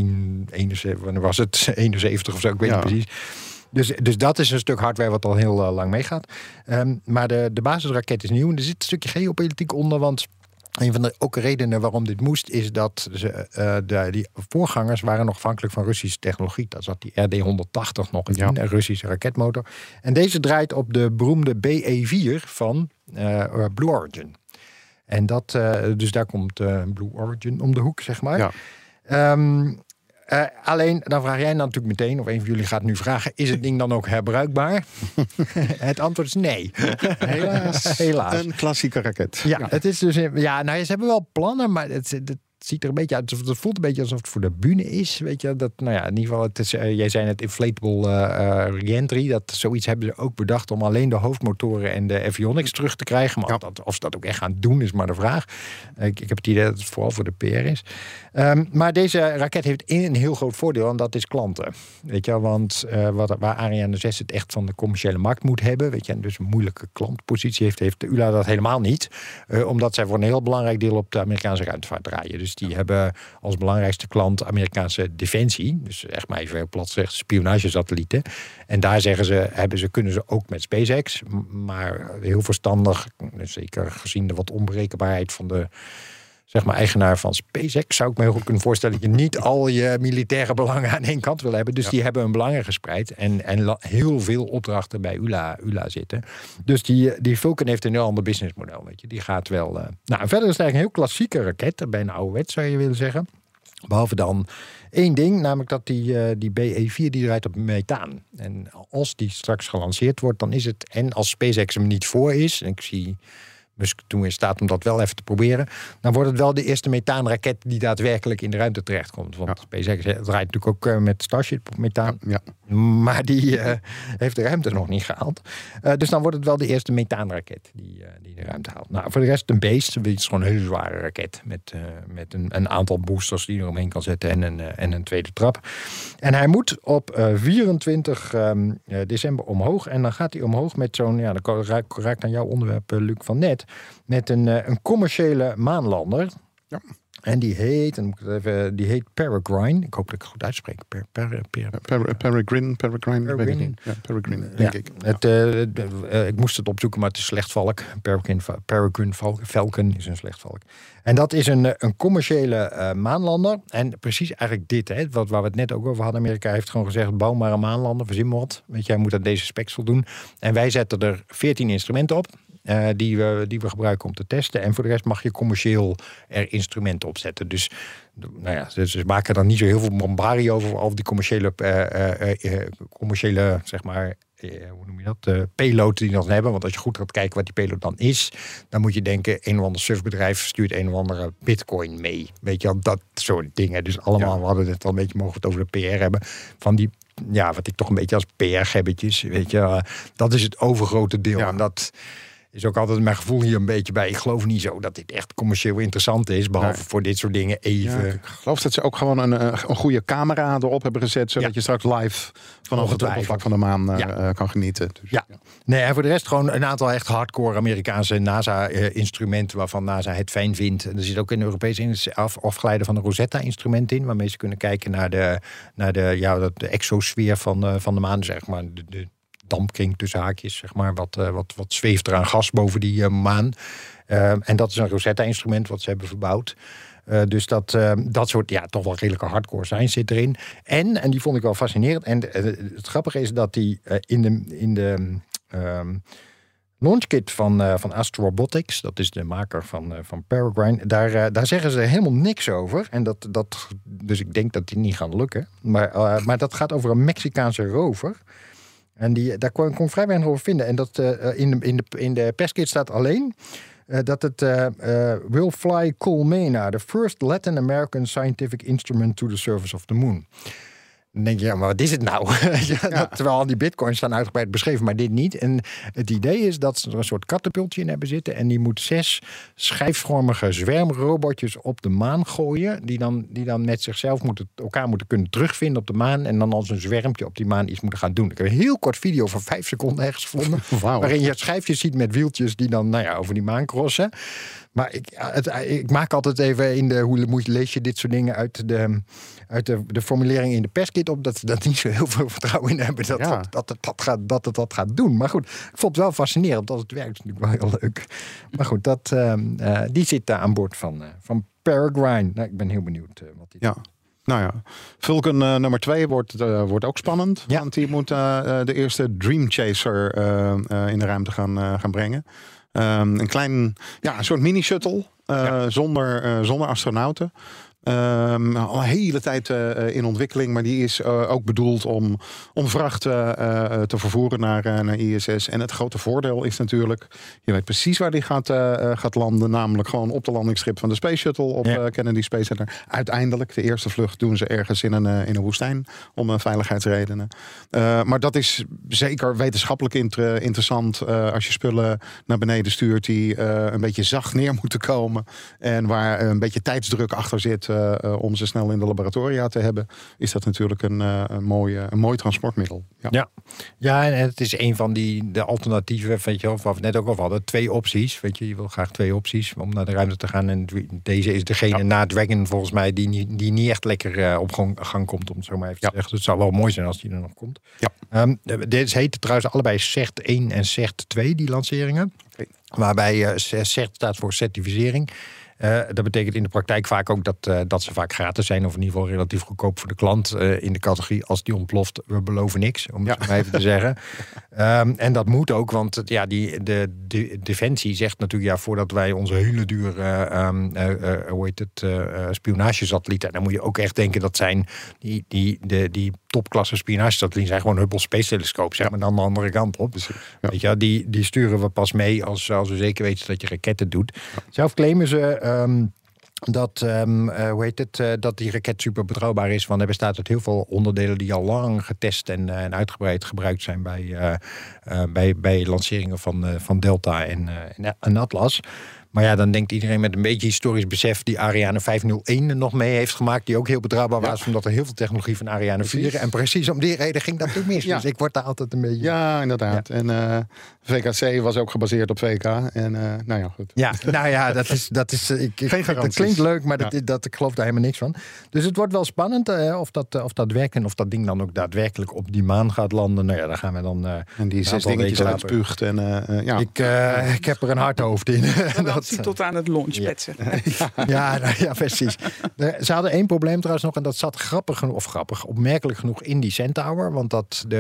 1971, wanneer was het? 71 of zo, ik weet niet precies. Dus dat is een stuk hardware wat al heel lang meegaat. Maar de basisraket is nieuw. En er zit een stukje geopolitiek onder, want een van de redenen waarom dit moest, is dat die voorgangers waren nog afhankelijk van Russische technologie. Daar zat die RD-180 nog in, een Russische raketmotor. En deze draait op de beroemde BE-4 van Blue Origin. En dus daar komt Blue Origin om de hoek, zeg maar. Ja. Alleen, dan vraag jij natuurlijk meteen, of een van jullie gaat nu vragen, is het ding dan ook herbruikbaar? Het antwoord is nee. Helaas. Een klassieke raket. Ja, het is dus. Ze hebben wel plannen, maar het ziet er een beetje uit. Het voelt een beetje alsof het voor de bühne is. Weet je, dat, in ieder geval, het is, jij zei het inflatable re-entry. Dat zoiets hebben ze ook bedacht om alleen de hoofdmotoren en de avionics terug te krijgen. Maar of ze dat ook echt gaan doen, is maar de vraag. Ik heb het idee dat het vooral voor de PR is. Maar deze raket heeft een heel groot voordeel, en dat is klanten. Weet je, want waar Ariane 6 het echt van de commerciële markt moet hebben, weet je, en dus een moeilijke klantpositie heeft de ULA dat helemaal niet. Omdat zij voor een heel belangrijk deel op de Amerikaanse ruimtevaart draaien. Dus die hebben als belangrijkste klant Amerikaanse defensie. Dus echt maar even plat gezegd spionagesatellieten. En daar kunnen ze ook met SpaceX. Maar heel verstandig, zeker gezien de wat onberekenbaarheid van de eigenaar van SpaceX, zou ik me heel goed kunnen voorstellen dat je niet al je militaire belangen aan één kant wil hebben. Dus die hebben hun belangen gespreid en heel veel opdrachten bij ULA zitten. Dus die Vulcan heeft een heel ander businessmodel. Weet je. Die gaat wel. Verder is het eigenlijk een heel klassieke raket, bijna ouderwets zou je willen zeggen. Behalve dan één ding, namelijk dat die BE-4 die draait op methaan. En als die straks gelanceerd wordt, dan is het, en als SpaceX hem niet voor is, en ik zie Musk toen in staat om dat wel even te proberen, dan wordt het wel de eerste methaanraket die daadwerkelijk in de ruimte terechtkomt. Want SpaceX draait natuurlijk ook met Starship op methaan. Ja. Maar die heeft de ruimte nog niet gehaald. Dus dan wordt het wel de eerste methaanraket die de ruimte haalt. Nou, voor de rest een beest. Het is gewoon een hele zware raket met een aantal boosters die je eromheen kan zetten en een tweede trap. En hij moet op 24 december omhoog. En dan gaat hij omhoog met zo'n, dan raakt aan jouw onderwerp, Luc, van net, met een commerciële maanlander. Ja. En die heet Peregrine. Ik hoop dat ik het goed uitspreek. Peregrine, denk ik. Ik moest het opzoeken, maar het is slechtvalk. Peregrine Falcon is een slechtvalk. En dat is een commerciële maanlander. En precies eigenlijk dit, waar we het net ook over hadden. Amerika heeft gewoon gezegd, bouw maar een maanlander, verzin maar wat. Weet je, hij moet aan deze specs voldoen. En wij zetten er 14 instrumenten op. Die we gebruiken om te testen. En voor de rest mag je commercieel er instrumenten op zetten. Dus ze maken dan niet zo heel veel bombarie over die commerciële zeg maar, hoe noem je dat? Payload die dan hebben. Want als je goed gaat kijken wat die payload dan is, dan moet je denken, een of ander surfbedrijf stuurt een of andere bitcoin mee. Weet je wel, dat soort dingen. Dus allemaal, we hadden het al een beetje, mogen we het over de PR hebben, van die, wat ik toch een beetje als PR-gebbetjes, weet je, dat is het overgrote deel. En dat is ook altijd mijn gevoel hier een beetje bij. Ik geloof niet zo dat dit echt commercieel interessant is, behalve voor dit soort dingen even. Ja, ik geloof dat ze ook gewoon een goede camera erop hebben gezet, zodat je straks live vanaf het oppervlak van de maan kan genieten. Dus, Nee, en voor de rest gewoon een aantal echt hardcore Amerikaanse NASA-instrumenten waarvan NASA het fijn vindt. En er zit ook een Europees afgeleide van een Rosetta-instrument in, waarmee ze kunnen kijken naar de exosfeer van de maan, zeg maar. De dampkring tussen haakjes, zeg maar, wat zweeft er aan gas boven die maan. En dat is een Rosetta-instrument wat ze hebben verbouwd. Dus dat soort, toch wel redelijke hardcore science zit erin. En die vond ik wel fascinerend. En het grappige is dat die in de launchkit van Astro Robotics, dat is de maker van Peregrine, daar zeggen ze helemaal niks over. En dus ik denk dat die niet gaan lukken. Maar dat gaat over een Mexicaanse rover. En daar kon ik vrij weinig over vinden. En dat in de perskit staat alleen dat het will fly Colmena, the first Latin American scientific instrument to the surface of the moon. Dan denk je, ja, maar wat is het nou? Terwijl al die bitcoins staan uitgebreid beschreven, maar dit niet. En het idee is dat ze er een soort katapultje in hebben zitten. En die moet 6 schijfvormige zwermrobotjes op de maan gooien. Die dan met zichzelf elkaar moeten kunnen terugvinden op de maan. En dan als een zwermpje op die maan iets moeten gaan doen. Ik heb een heel kort video van 5 seconden ergens gevonden. Wow. Waarin je schijfjes ziet met wieltjes die dan over die maan crossen. Maar ik maak altijd even hoe lees je dit soort dingen uit de formulering in de perskit op, dat ze daar niet zo heel veel vertrouwen in hebben dat het dat gaat doen. Maar goed, ik vond het wel fascinerend. Als het werkt, is het natuurlijk wel heel leuk. Maar goed, die zit daar aan boord van Peregrine. Nou, ik ben heel benieuwd wat die doet. Nou ja, Vulcan nummer 2 wordt ook spannend. Ja. Want die moet de eerste Dream Chaser in de ruimte gaan brengen. Een soort mini-shuttle zonder astronauten. Al een hele tijd in ontwikkeling, maar die is ook bedoeld om vrachten te vervoeren naar ISS. En het grote voordeel is natuurlijk, je weet precies waar die gaat landen, namelijk gewoon op de landingsschip van de Space Shuttle op Kennedy Space Center. Uiteindelijk, de eerste vlucht doen ze ergens in een woestijn om veiligheidsredenen. Maar dat is zeker wetenschappelijk interessant als je spullen naar beneden stuurt die een beetje zacht neer moeten komen en waar een beetje tijdsdruk achter zit. Om ze snel in de laboratoria te hebben, is dat natuurlijk een mooi transportmiddel. Ja, en het is een van de alternatieven, weet je wel, waar we het net ook al hadden. 2 opties, weet je wil graag 2 opties om naar de ruimte te gaan. En deze is degene na Dragon, volgens mij, die niet echt lekker op gang komt, om het zo maar even te zeggen. Dus het zou wel mooi zijn als die er nog komt. Dit heet trouwens allebei CERT 1 en CERT 2, die lanceringen. Okay. Waarbij CERT staat voor certificering. Dat betekent in de praktijk vaak ook dat ze vaak gratis zijn, of in ieder geval relatief goedkoop voor de klant. In de categorie als die ontploft, we beloven niks, om het maar even te zeggen. En dat moet ook, want de Defensie zegt natuurlijk, voordat wij onze hele dure spionagesatellieten, dan moet je ook echt denken dat zijn die topklasse spionagesatellieten zijn gewoon Hubble Space Telescope, zeg maar dan de andere kant op. Weet je, die sturen we pas mee als we zeker weten dat je raketten doet. Zelf claimen ze dat die raket super betrouwbaar is. Want er bestaat uit heel veel onderdelen die al lang getest en uitgebreid gebruikt zijn bij lanceringen van Delta en Atlas. Maar ja, dan denkt iedereen met een beetje historisch besef die Ariane 501 nog mee heeft gemaakt, die ook heel betrouwbaar was, omdat er heel veel technologie van Ariane 4. En precies om die reden ging dat ook mis. Dus ik word daar altijd een beetje... Ja, inderdaad. Ja. En VKC was ook gebaseerd op VK. En nou ja, goed. Ja, nou ja, dat is dat klinkt leuk, maar ik geloof daar helemaal niks van. Dus het wordt wel spannend of dat werkt en of dat ding dan ook daadwerkelijk op die maan gaat landen. Nou ja, daar gaan we dan... en die 6 dingetjes uitspuugt. Ik heb er een hard hoofd in. Tot aan het launchpad. Ja, precies. Ze hadden 1 probleem trouwens nog, en dat zat opmerkelijk genoeg in die Centaur. Want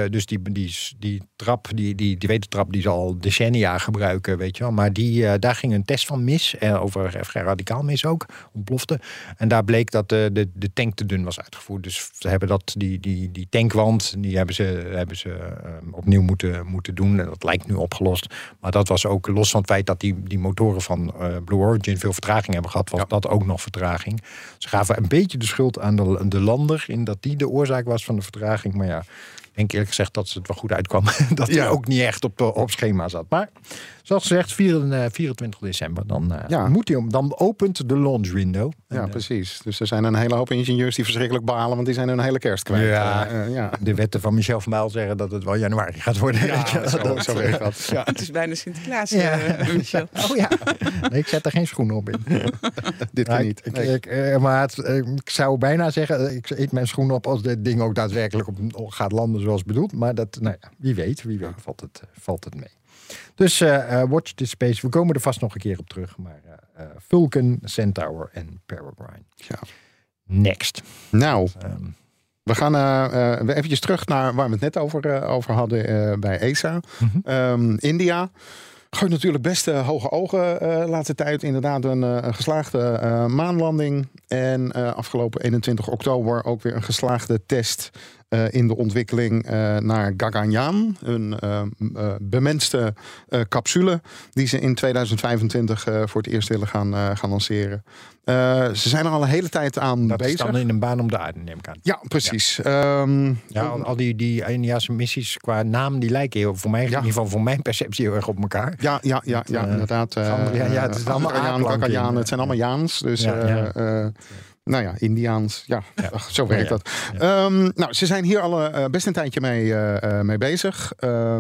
die trap, die wetentrap die ze al decennia gebruiken, weet je wel. Maar daar ging een test van mis, over vrij radicaal mis ook, ontplofte. En daar bleek dat de tank te dun was uitgevoerd. Dus ze hebben die tankwand, die hebben ze opnieuw moeten doen. En dat lijkt nu opgelost. Maar dat was ook los van het feit dat die motoren van Blue Origin veel vertraging hebben gehad, was dat ook nog vertraging. Ze gaven een beetje de schuld aan de lander in dat die de oorzaak was van de vertraging. Maar ja, ik denk eerlijk gezegd dat ze het wel goed uitkwam. Dat hij ook niet echt op schema zat. Maar zoals gezegd, 24 december. Dan opent de launch window. Ja, precies. Dus er zijn een hele hoop ingenieurs die verschrikkelijk balen, want die zijn hun hele kerst kwijt. De wetten van Michel van Mijl zeggen dat het wel januari gaat worden. Zo werkt dat. Ja. Het is bijna Sinterklaas, Michel. Oh ja. Nee, ik zet er geen schoenen op in. Dit kan niet. Ik zou bijna zeggen, ik eet mijn schoenen op als dit ding ook daadwerkelijk gaat landen zoals bedoeld. Maar wie weet valt het mee. Dus watch this space. We komen er vast nog een keer op terug. Maar Vulcan, Centaur en Peregrine. Ja. Next. Nou, we gaan eventjes terug naar waar we het net over hadden bij ESA. Mm-hmm. India. gooit natuurlijk best hoge ogen laatste tijd. Inderdaad een geslaagde maanlanding. En afgelopen 21 oktober ook weer een geslaagde test in de ontwikkeling naar Gaganyaan. Een bemenste capsule die ze in 2025 voor het eerst willen gaan lanceren. Ze zijn er al een hele tijd aan bezig. Dat is dan in een baan om de aarde, neem ik aan. Ja, precies. Ja. Al die Indiase missies qua naam, die lijken heel, voor mij, in ieder geval voor mijn perceptie, heel erg op elkaar. Ja, inderdaad. Het is allemaal Gaganyaan, het zijn allemaal Jaans. Dus nou ja, Indiaans. Ja, zo werkt dat. Ja. Nou, ze zijn hier al best een tijdje mee bezig.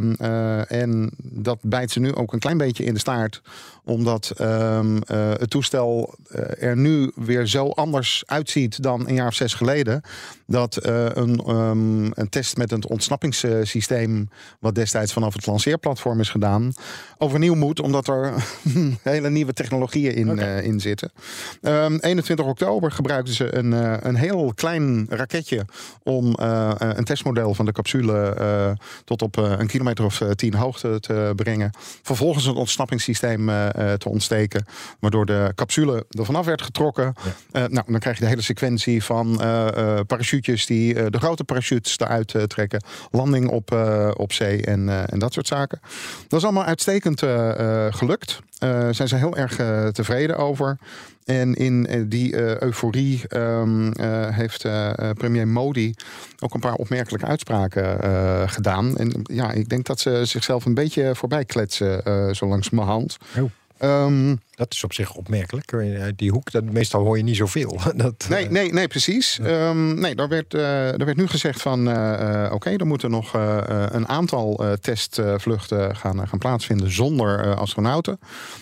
En dat bijt ze nu ook een klein beetje in de staart. Omdat het toestel er nu weer zo anders uitziet dan een jaar of 6 geleden. Dat een test met het ontsnappingssysteem, wat destijds vanaf het lanceerplatform is gedaan, overnieuw moet, omdat er hele nieuwe technologieën in zitten. 21 oktober gebruikten ze een heel klein raketje om een testmodel van de capsule tot op een kilometer of 10 hoogte te brengen. Vervolgens een ontsnappingssysteem te ontsteken, waardoor de capsule er vanaf werd getrokken. Ja. Nou, dan krijg je de hele sequentie van parachutes die de grote parachutes eruit trekken, landing op zee en dat soort zaken. Dat is allemaal uitstekend gelukt. Zijn ze heel erg tevreden over. En in die euforie heeft premier Modi ook een paar opmerkelijke uitspraken gedaan. En ja, ik denk dat ze zichzelf een beetje voorbij kletsen zo langzamerhand. Dat is op zich opmerkelijk. Uit die hoek, meestal hoor je niet zoveel. Nee, precies. Daar werd nu gezegd van er moeten nog een aantal testvluchten gaan plaatsvinden zonder astronauten.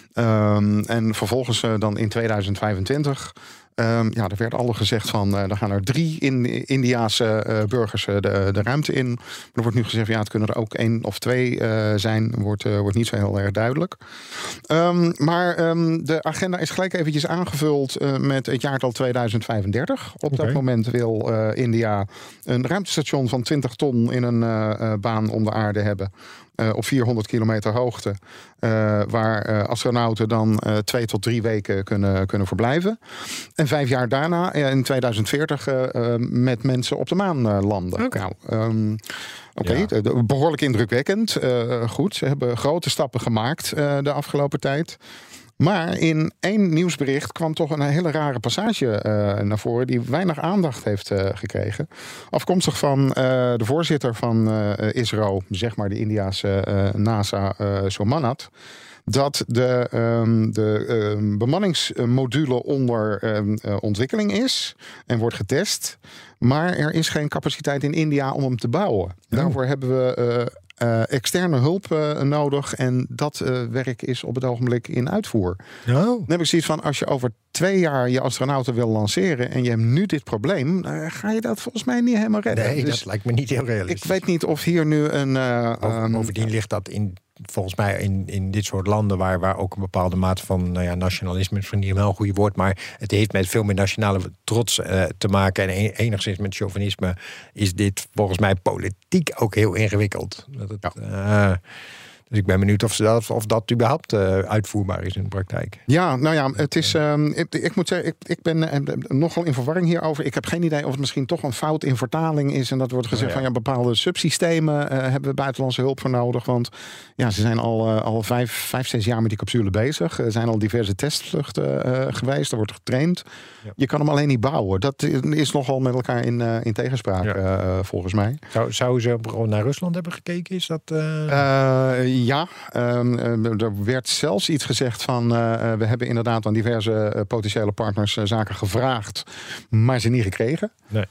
En vervolgens dan in 2025 er werd al gezegd van er gaan er 3 Indiase burgers de ruimte in. Maar er wordt nu gezegd het kunnen er ook 1 of 2 zijn. Wordt niet zo heel erg duidelijk. Maar de agenda is gelijk eventjes aangevuld met het jaartal 2035. Op dat moment wil India een ruimtestation van 20 ton in een baan om de aarde hebben. Op 400 kilometer hoogte. Waar astronauten dan 2 tot 3 weken kunnen verblijven. En 5 jaar daarna, in 2040, met mensen op de maan landen. Behoorlijk indrukwekkend. Goed, ze hebben grote stappen gemaakt de afgelopen tijd. Maar in 1 nieuwsbericht kwam toch een hele rare passage naar voren die weinig aandacht heeft gekregen. Afkomstig van de voorzitter van ISRO, zeg maar de Indiase NASA, Somanat. Dat de bemanningsmodule onder ontwikkeling is en wordt getest. Maar er is geen capaciteit in India om hem te bouwen. Daarvoor hebben we externe hulp nodig. En dat werk is op het ogenblik in uitvoer. Dan heb ik zoiets van, als je over 2 jaar je astronauten wil lanceren en je hebt nu dit probleem, ga je dat volgens mij niet helemaal redden. Nee, dat lijkt me niet heel realistisch. Ik weet niet of hier nu een... Bovendien ligt dat volgens mij in dit soort landen waar ook een bepaalde mate van nationalisme is niet helemaal een goede woord, maar het heeft met veel meer nationale trots te maken en enigszins met chauvinisme is dit volgens mij politiek ook heel ingewikkeld. Dus ik ben benieuwd of dat überhaupt uitvoerbaar is in de praktijk. Ja, nou ja, het is. Ik moet zeggen, ik ben nogal in verwarring hierover. Ik heb geen idee of het misschien toch een fout in vertaling is. En dat wordt gezegd van bepaalde subsystemen hebben we buitenlandse hulp voor nodig. Want ja, ze zijn al 5-6 jaar met die capsule bezig. Er zijn al diverse testvluchten geweest. Er wordt getraind. Ja. Je kan hem alleen niet bouwen. Dat is nogal met elkaar in tegenspraak, volgens mij. Zou ze naar Rusland hebben gekeken? Is dat... Er werd zelfs iets gezegd van we hebben inderdaad aan diverse potentiële partners zaken gevraagd, maar ze niet gekregen. Nee.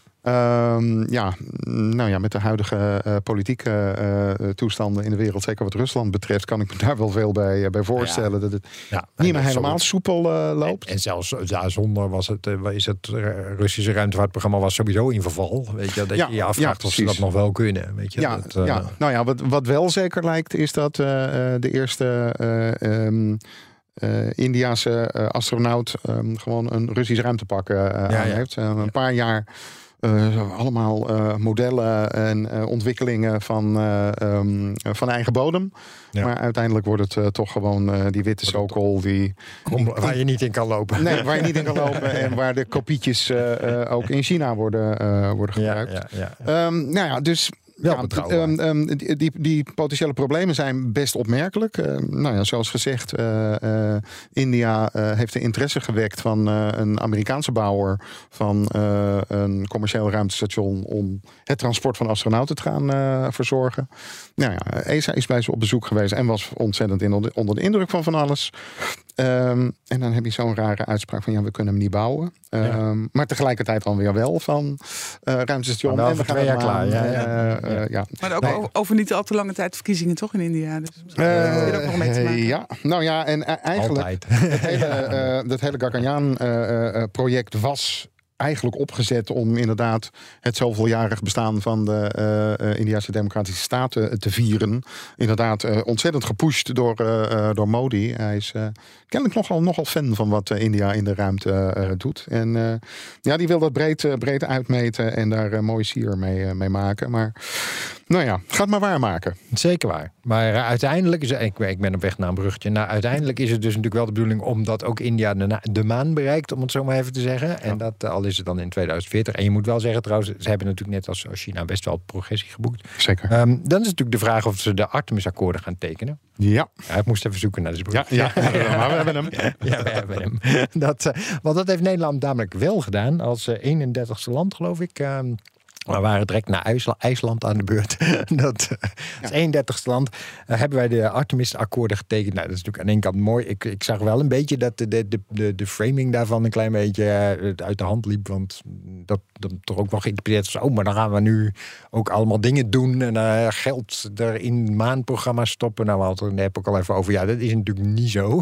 Met de huidige politieke toestanden in de wereld, zeker wat Rusland betreft, kan ik me daar wel veel bij voorstellen. Dat het niet meer helemaal soepel loopt. En zelfs zonder is het Russische ruimtevaartprogramma was sowieso in verval. Weet je, dat je afvraagt of ze dat nog wel kunnen. Weet je, wat wel zeker lijkt is dat de eerste Indiase astronaut gewoon een Russisch ruimtepak aan heeft. Een paar jaar allemaal modellen en ontwikkelingen van eigen bodem. Ja. Maar uiteindelijk wordt het toch gewoon die witte sokol waar je niet in kan lopen. Nee, waar je niet in kan lopen en waar de kopietjes ook in China worden gebruikt. Dus... die potentiële problemen zijn best opmerkelijk. Zoals gezegd, India heeft de interesse gewekt van een Amerikaanse bouwer van een commercieel ruimtestation om het transport van astronauten te gaan verzorgen. ESA is bij ze op bezoek geweest en was ontzettend onder de indruk van alles. En dan heb je zo'n rare uitspraak van we kunnen hem niet bouwen. Maar tegelijkertijd dan weer wel van ruimtestation. Maar wel en we gaan 2 jaar klaar. Maar ook over niet al te lange tijd verkiezingen toch in India. Dus er ook nog mee te maken. En eigenlijk dat hele Gaganyaan-project was eigenlijk opgezet om inderdaad het zoveeljarig bestaan van de Indiase Democratische Staten te vieren. Inderdaad ontzettend gepusht door Modi. Hij is kennelijk nogal fan van wat India in de ruimte doet. En die wil dat breed uitmeten en daar mooi sier mee maken. Maar gaat maar waarmaken. Zeker waar. Maar uiteindelijk is ik ben op weg naar een bruggetje. Uiteindelijk is het dus natuurlijk wel de bedoeling omdat ook India de maan bereikt, om het zo maar even te zeggen. En dat al is het dan in 2040. En je moet wel zeggen trouwens, ze hebben natuurlijk net als China best wel progressie geboekt. Zeker. Dan is natuurlijk de vraag of ze de Artemis-akkoorden gaan tekenen. Ja. Ik moest even zoeken naar de broer. Maar we hebben hem. Ja, we hebben hem. Want dat heeft Nederland namelijk wel gedaan als 31ste land, geloof ik. We waren direct naar IJsland aan de beurt. Dat is 31ste land. Hebben wij de Artemis-akkoorden getekend. Dat is natuurlijk aan één kant mooi. Ik zag wel een beetje dat de framing daarvan een klein beetje uit de hand liep. Want dat toch ook wel geïnterpreteerd was. Maar dan gaan we nu ook allemaal dingen doen. En geld er in maanprogramma's stoppen. We hadden het er net ook al even over. Ja, dat is natuurlijk niet zo.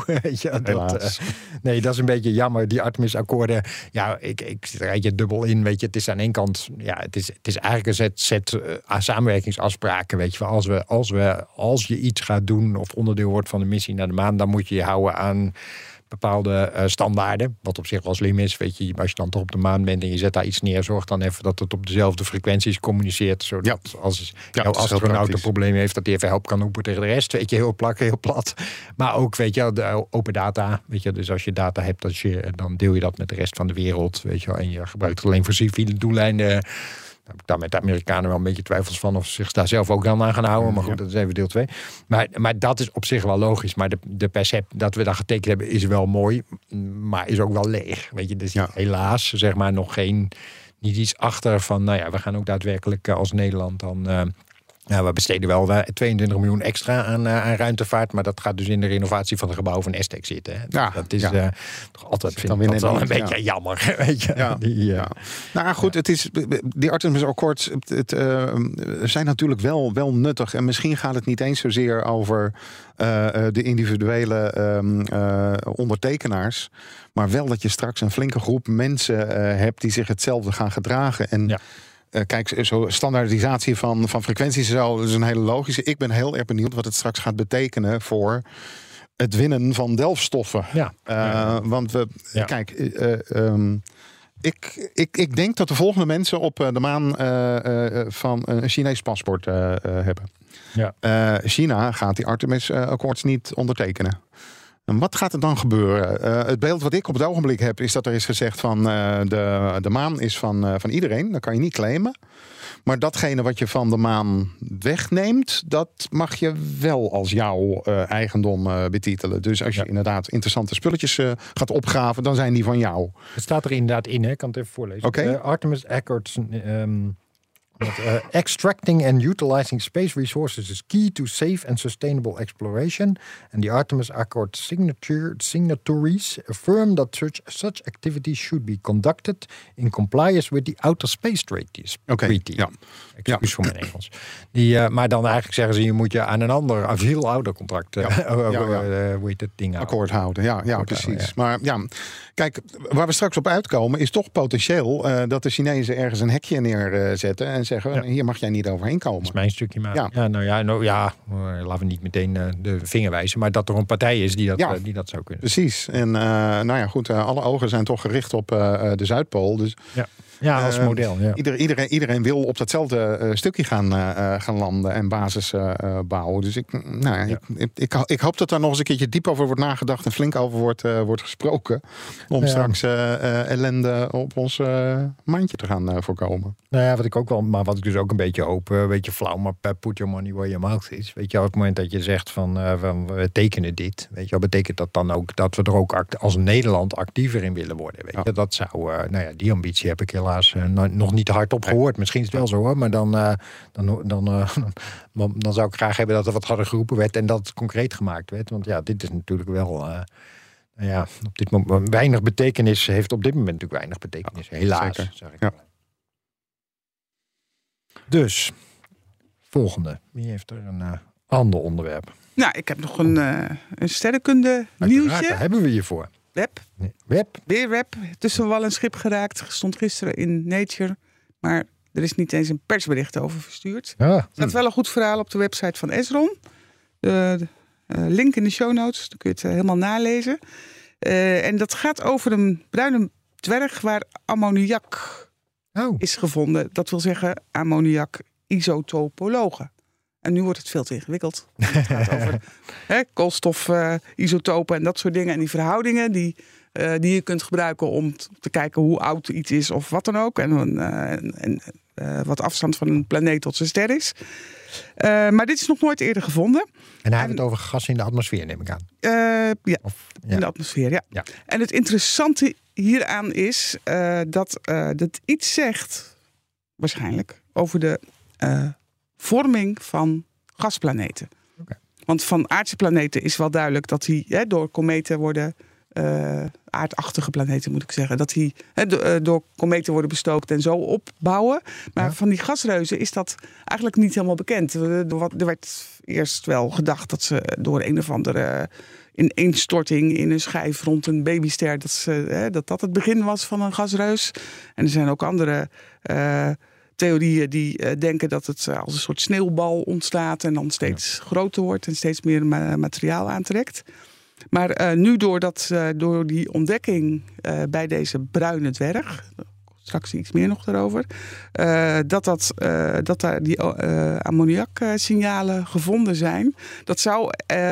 Nee, dat is een beetje jammer. Die Artemis-akkoorden. Ja, ik zit er een beetje dubbel in. Weet je, het is aan één kant. Ja, het is eigenlijk een set samenwerkingsafspraken. Weet je, als je iets gaat doen of onderdeel wordt van de missie naar de maan, dan moet je je houden aan bepaalde standaarden. Wat op zich wel slim is. Weet je, als je dan toch op de maan bent en je zet daar iets neer, zorg dan even dat het op dezelfde frequenties communiceert. Zodat als jouw astronaut een probleem heeft, dat hij even help kan roepen tegen de rest. Weet je, heel plat. Maar ook, weet je, de open data. Weet je, dus als je data hebt, dan deel je dat met de rest van de wereld. Weet je, en je gebruikt het alleen voor civiele doeleinden. Daar heb ik daar met de Amerikanen wel een beetje twijfels van of ze zich daar zelf ook dan aan gaan houden. Maar goed, dat is even deel 2. Maar dat is op zich wel logisch. Maar de percep dat we daar getekend hebben is wel mooi. Maar is ook wel leeg. Weet je, dus helaas zeg maar nog niet iets achter van, we gaan ook daadwerkelijk als Nederland dan. We besteden wel 22 miljoen extra aan ruimtevaart. Maar dat gaat dus in de renovatie van het gebouw van Aztec zitten. Hè. Dat is toch altijd vind ik dat wel een beetje jammer. Weet je? Nou goed, het is die Artemis-akkoord zijn natuurlijk wel nuttig. En misschien gaat het niet eens zozeer over de individuele ondertekenaars. Maar wel dat je straks een flinke groep mensen hebt die zich hetzelfde gaan gedragen. En kijk, zo standaardisatie van frequenties en zo, dat is een hele logische. Ik ben heel erg benieuwd wat het straks gaat betekenen voor het winnen van delfstoffen. Want kijk, ik denk dat de volgende mensen op de maan van een Chinees paspoort hebben. China gaat die Artemis-akkoords niet ondertekenen. En wat gaat er dan gebeuren? Het beeld wat ik op het ogenblik heb is dat er is gezegd van de maan is van iedereen. Dat kan je niet claimen. Maar datgene wat je van de maan wegneemt, dat mag je wel als jouw eigendom betitelen. Dus als je inderdaad interessante spulletjes gaat opgraven, dan zijn die van jou. Het staat er inderdaad in, hè? Ik kan het even voorlezen. Okay. Artemis Accords. Extracting and utilizing space resources is key to safe and sustainable exploration. And the Artemis Accord signatories affirm that such activities should be conducted in compliance with the Outer Space Treaty. Excuus voor mijn Engels. Maar dan eigenlijk zeggen ze, je moet je aan een veel ouder contract hoe heet het ding akkoord houden. Ja, precies. Maar kijk, waar we straks op uitkomen is toch potentieel dat de Chinezen ergens een hekje neerzetten en zeggen, hier mag jij niet overheen komen. Dat is mijn stukje maar. Laten we niet meteen de vinger wijzen, maar dat er een partij is die dat zou kunnen. Precies. En goed, alle ogen zijn toch gericht op de Zuidpool. Dus Ja, als model. Ja. Iedereen wil op datzelfde stukje gaan landen en basis bouwen. Dus ik hoop dat daar nog eens een keertje diep over wordt nagedacht en flink over wordt gesproken. Om straks ellende op ons mandje te gaan voorkomen. Nou ja, wat ik dus ook een beetje hoop, een beetje flauw, maar put your money where your mouth is. Weet je, op het moment dat je zegt van we tekenen dit, weet je, betekent dat dan ook dat we er ook als Nederland actiever in willen worden. Weet je, dat zou, die ambitie heb ik helaas nog niet hardop gehoord. Misschien is het wel zo hoor, maar dan zou ik graag hebben dat er wat harder geroepen werd en dat het concreet gemaakt werd. Want ja, dit is natuurlijk wel, op dit moment weinig betekenis, heeft op dit moment natuurlijk weinig betekenis. Helaas, zeg ik wel. Dus, volgende. Wie heeft er een ander onderwerp? Nou, ik heb nog een sterrenkunde nieuwtje. Daar hebben we je voor. Web. Weer web. Tussen wal en schip geraakt. Stond gisteren in Nature. Maar er is niet eens een persbericht over verstuurd. Er staat wel een goed verhaal op de website van Esron. De link in de show notes. Dan kun je het helemaal nalezen. En dat gaat over een bruine dwerg waar ammoniak is gevonden. Dat wil zeggen ammoniak-isotopologen. En nu wordt het veel te ingewikkeld. Het gaat over koolstof-isotopen en dat soort dingen. En die verhoudingen die je kunt gebruiken om te kijken hoe oud iets is of wat dan ook. En wat afstand van een planeet tot zijn ster is. Maar dit is nog nooit eerder gevonden. En hij heeft het over gas in de atmosfeer, neem ik aan. In de atmosfeer, ja. En het interessante hieraan is dat het iets zegt, waarschijnlijk, over de vorming van gasplaneten. Okay. Want van aardse planeten is wel duidelijk dat die door kometen worden, aardachtige planeten moet ik zeggen, dat die door kometen worden bestookt en zo opbouwen. Maar van die gasreuzen is dat eigenlijk niet helemaal bekend. Er werd eerst wel gedacht dat ze door een of andere ineenstorting in een schijf rond een babyster, dat het begin was van een gasreus. En er zijn ook andere theorieën die denken dat het als een soort sneeuwbal ontstaat en dan steeds groter wordt en steeds meer materiaal aantrekt. Maar nu door die ontdekking bij deze bruine dwerg, straks iets meer nog daarover, dat daar die ammoniaksignalen gevonden zijn, dat zou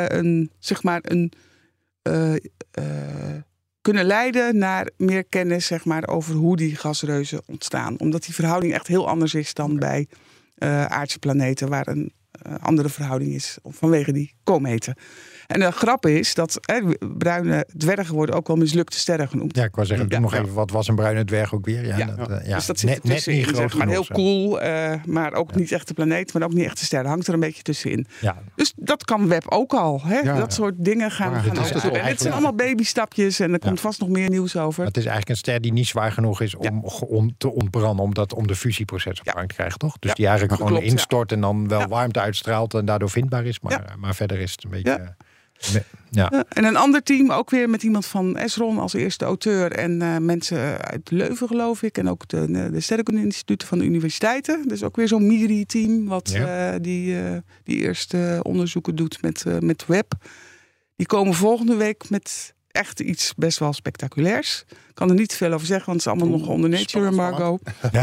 kunnen leiden naar meer kennis, zeg maar, over hoe die gasreuzen ontstaan. Omdat die verhouding echt heel anders is dan bij aardse planeten, waar een andere verhouding is vanwege die kometen. En de grap is dat bruine dwergen worden ook wel mislukte sterren genoemd. Ja, ik wou zeggen, doe nog even, wat was een bruine dwerg ook weer? Dus dat zit net niet groot genoeg. Heel cool, maar ook niet echt de planeet, maar ook niet echt de sterren. Hangt er een beetje tussenin. Ja. Dus dat kan Web ook al. Dat soort dingen gaan onderzoeken. En het zijn allemaal babystapjes en er komt vast nog meer nieuws over. Het is eigenlijk een ster die niet zwaar genoeg is om te ontbranden, om de fusieproces op gang te krijgen, toch? Dus die eigenlijk gewoon instort en dan wel warmte uitstraalt en daardoor vindbaar is. Maar verder is het een beetje... En een ander team, ook weer met iemand van Esron als eerste auteur en mensen uit Leuven, geloof ik, en ook de sterrenkunde-instituten van de universiteiten. Dus ook weer zo'n MIRI-team wat die eerste onderzoeken doet met Web. Die komen volgende week met echt iets best wel spectaculairs. Ik kan er niet veel over zeggen, want het is allemaal nog onder Nature embargo.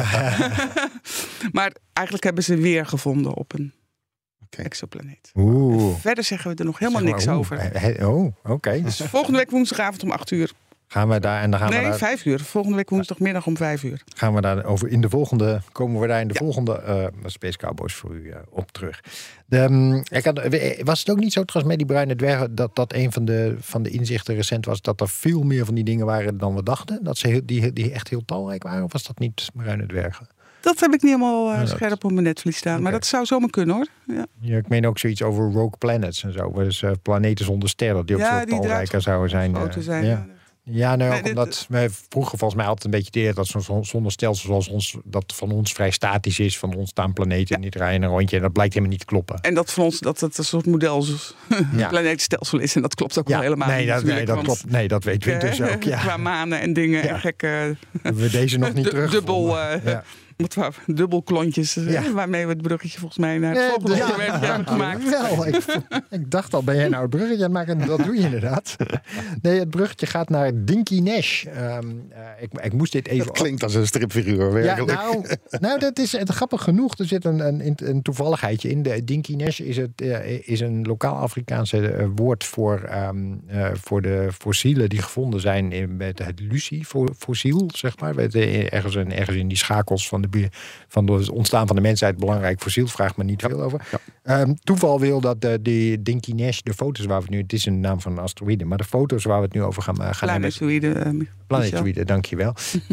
Maar eigenlijk hebben ze weer gevonden op een exoplaneet. Verder zeggen we er nog helemaal niks over. Oké. Dus volgende week woensdagavond om 8 uur. Gaan we daar en dan gaan we daar... 5 uur. Volgende week woensdagmiddag om 5 uur. Gaan we daar over komen we daar in de volgende Space Cowboys voor u op terug. Was het ook niet zo trouwens met die bruine dwergen dat een van de inzichten recent was dat er veel meer van die dingen waren dan we dachten? Dat ze die echt heel talrijk waren? Of was dat niet bruine dwergen? Dat heb ik niet helemaal scherp op mijn netvlies staan. Maar dat zou zomaar kunnen, hoor. Ja, ik meen ook zoiets over rogue planets en zo. Dus planeten zonder sterren die ook veel talrijker zouden zijn. Omdat wij vroeger volgens mij altijd een beetje idee dat zo'n zonnestelsel zoals ons, dat van ons vrij statisch is, van ons staan planeten en die draaien een rondje en dat blijkt helemaal niet te kloppen. En dat van ons dat het een soort model planeetstelsel is en dat klopt ook wel helemaal niet. Dat klopt. Nee, dat weten we dus ook. Qua manen en dingen en gekke. Hebben we deze nog niet terug? Dubbel Wat dubbelklontjes, waarmee we het bruggetje volgens mij naar het volgende onderwerp hebben gemaakt. Wel, ik dacht al, ben jij nou het bruggetje aan het maken? Dat doe je inderdaad. Nee, het bruggetje gaat naar Dinky Nash. Ik moest dit even... Dat klinkt als een stripfiguur, werkelijk. Ja, nou, dat is grappig genoeg. Er zit een toevalligheidje in. De Dinky Nash is een lokaal Afrikaanse woord voor de fossielen die gevonden zijn met het Lucy-fossiel, zeg maar. Ergens in die schakels van het ontstaan van de mensheid belangrijk fossiel. Vraag me niet veel over. Ja. Toeval wil dat de Dinky Nash, de foto's waar we het nu... Het is een naam van een asteroïde, maar de foto's waar we het nu over gaan hebben... Planetoïde, dankjewel.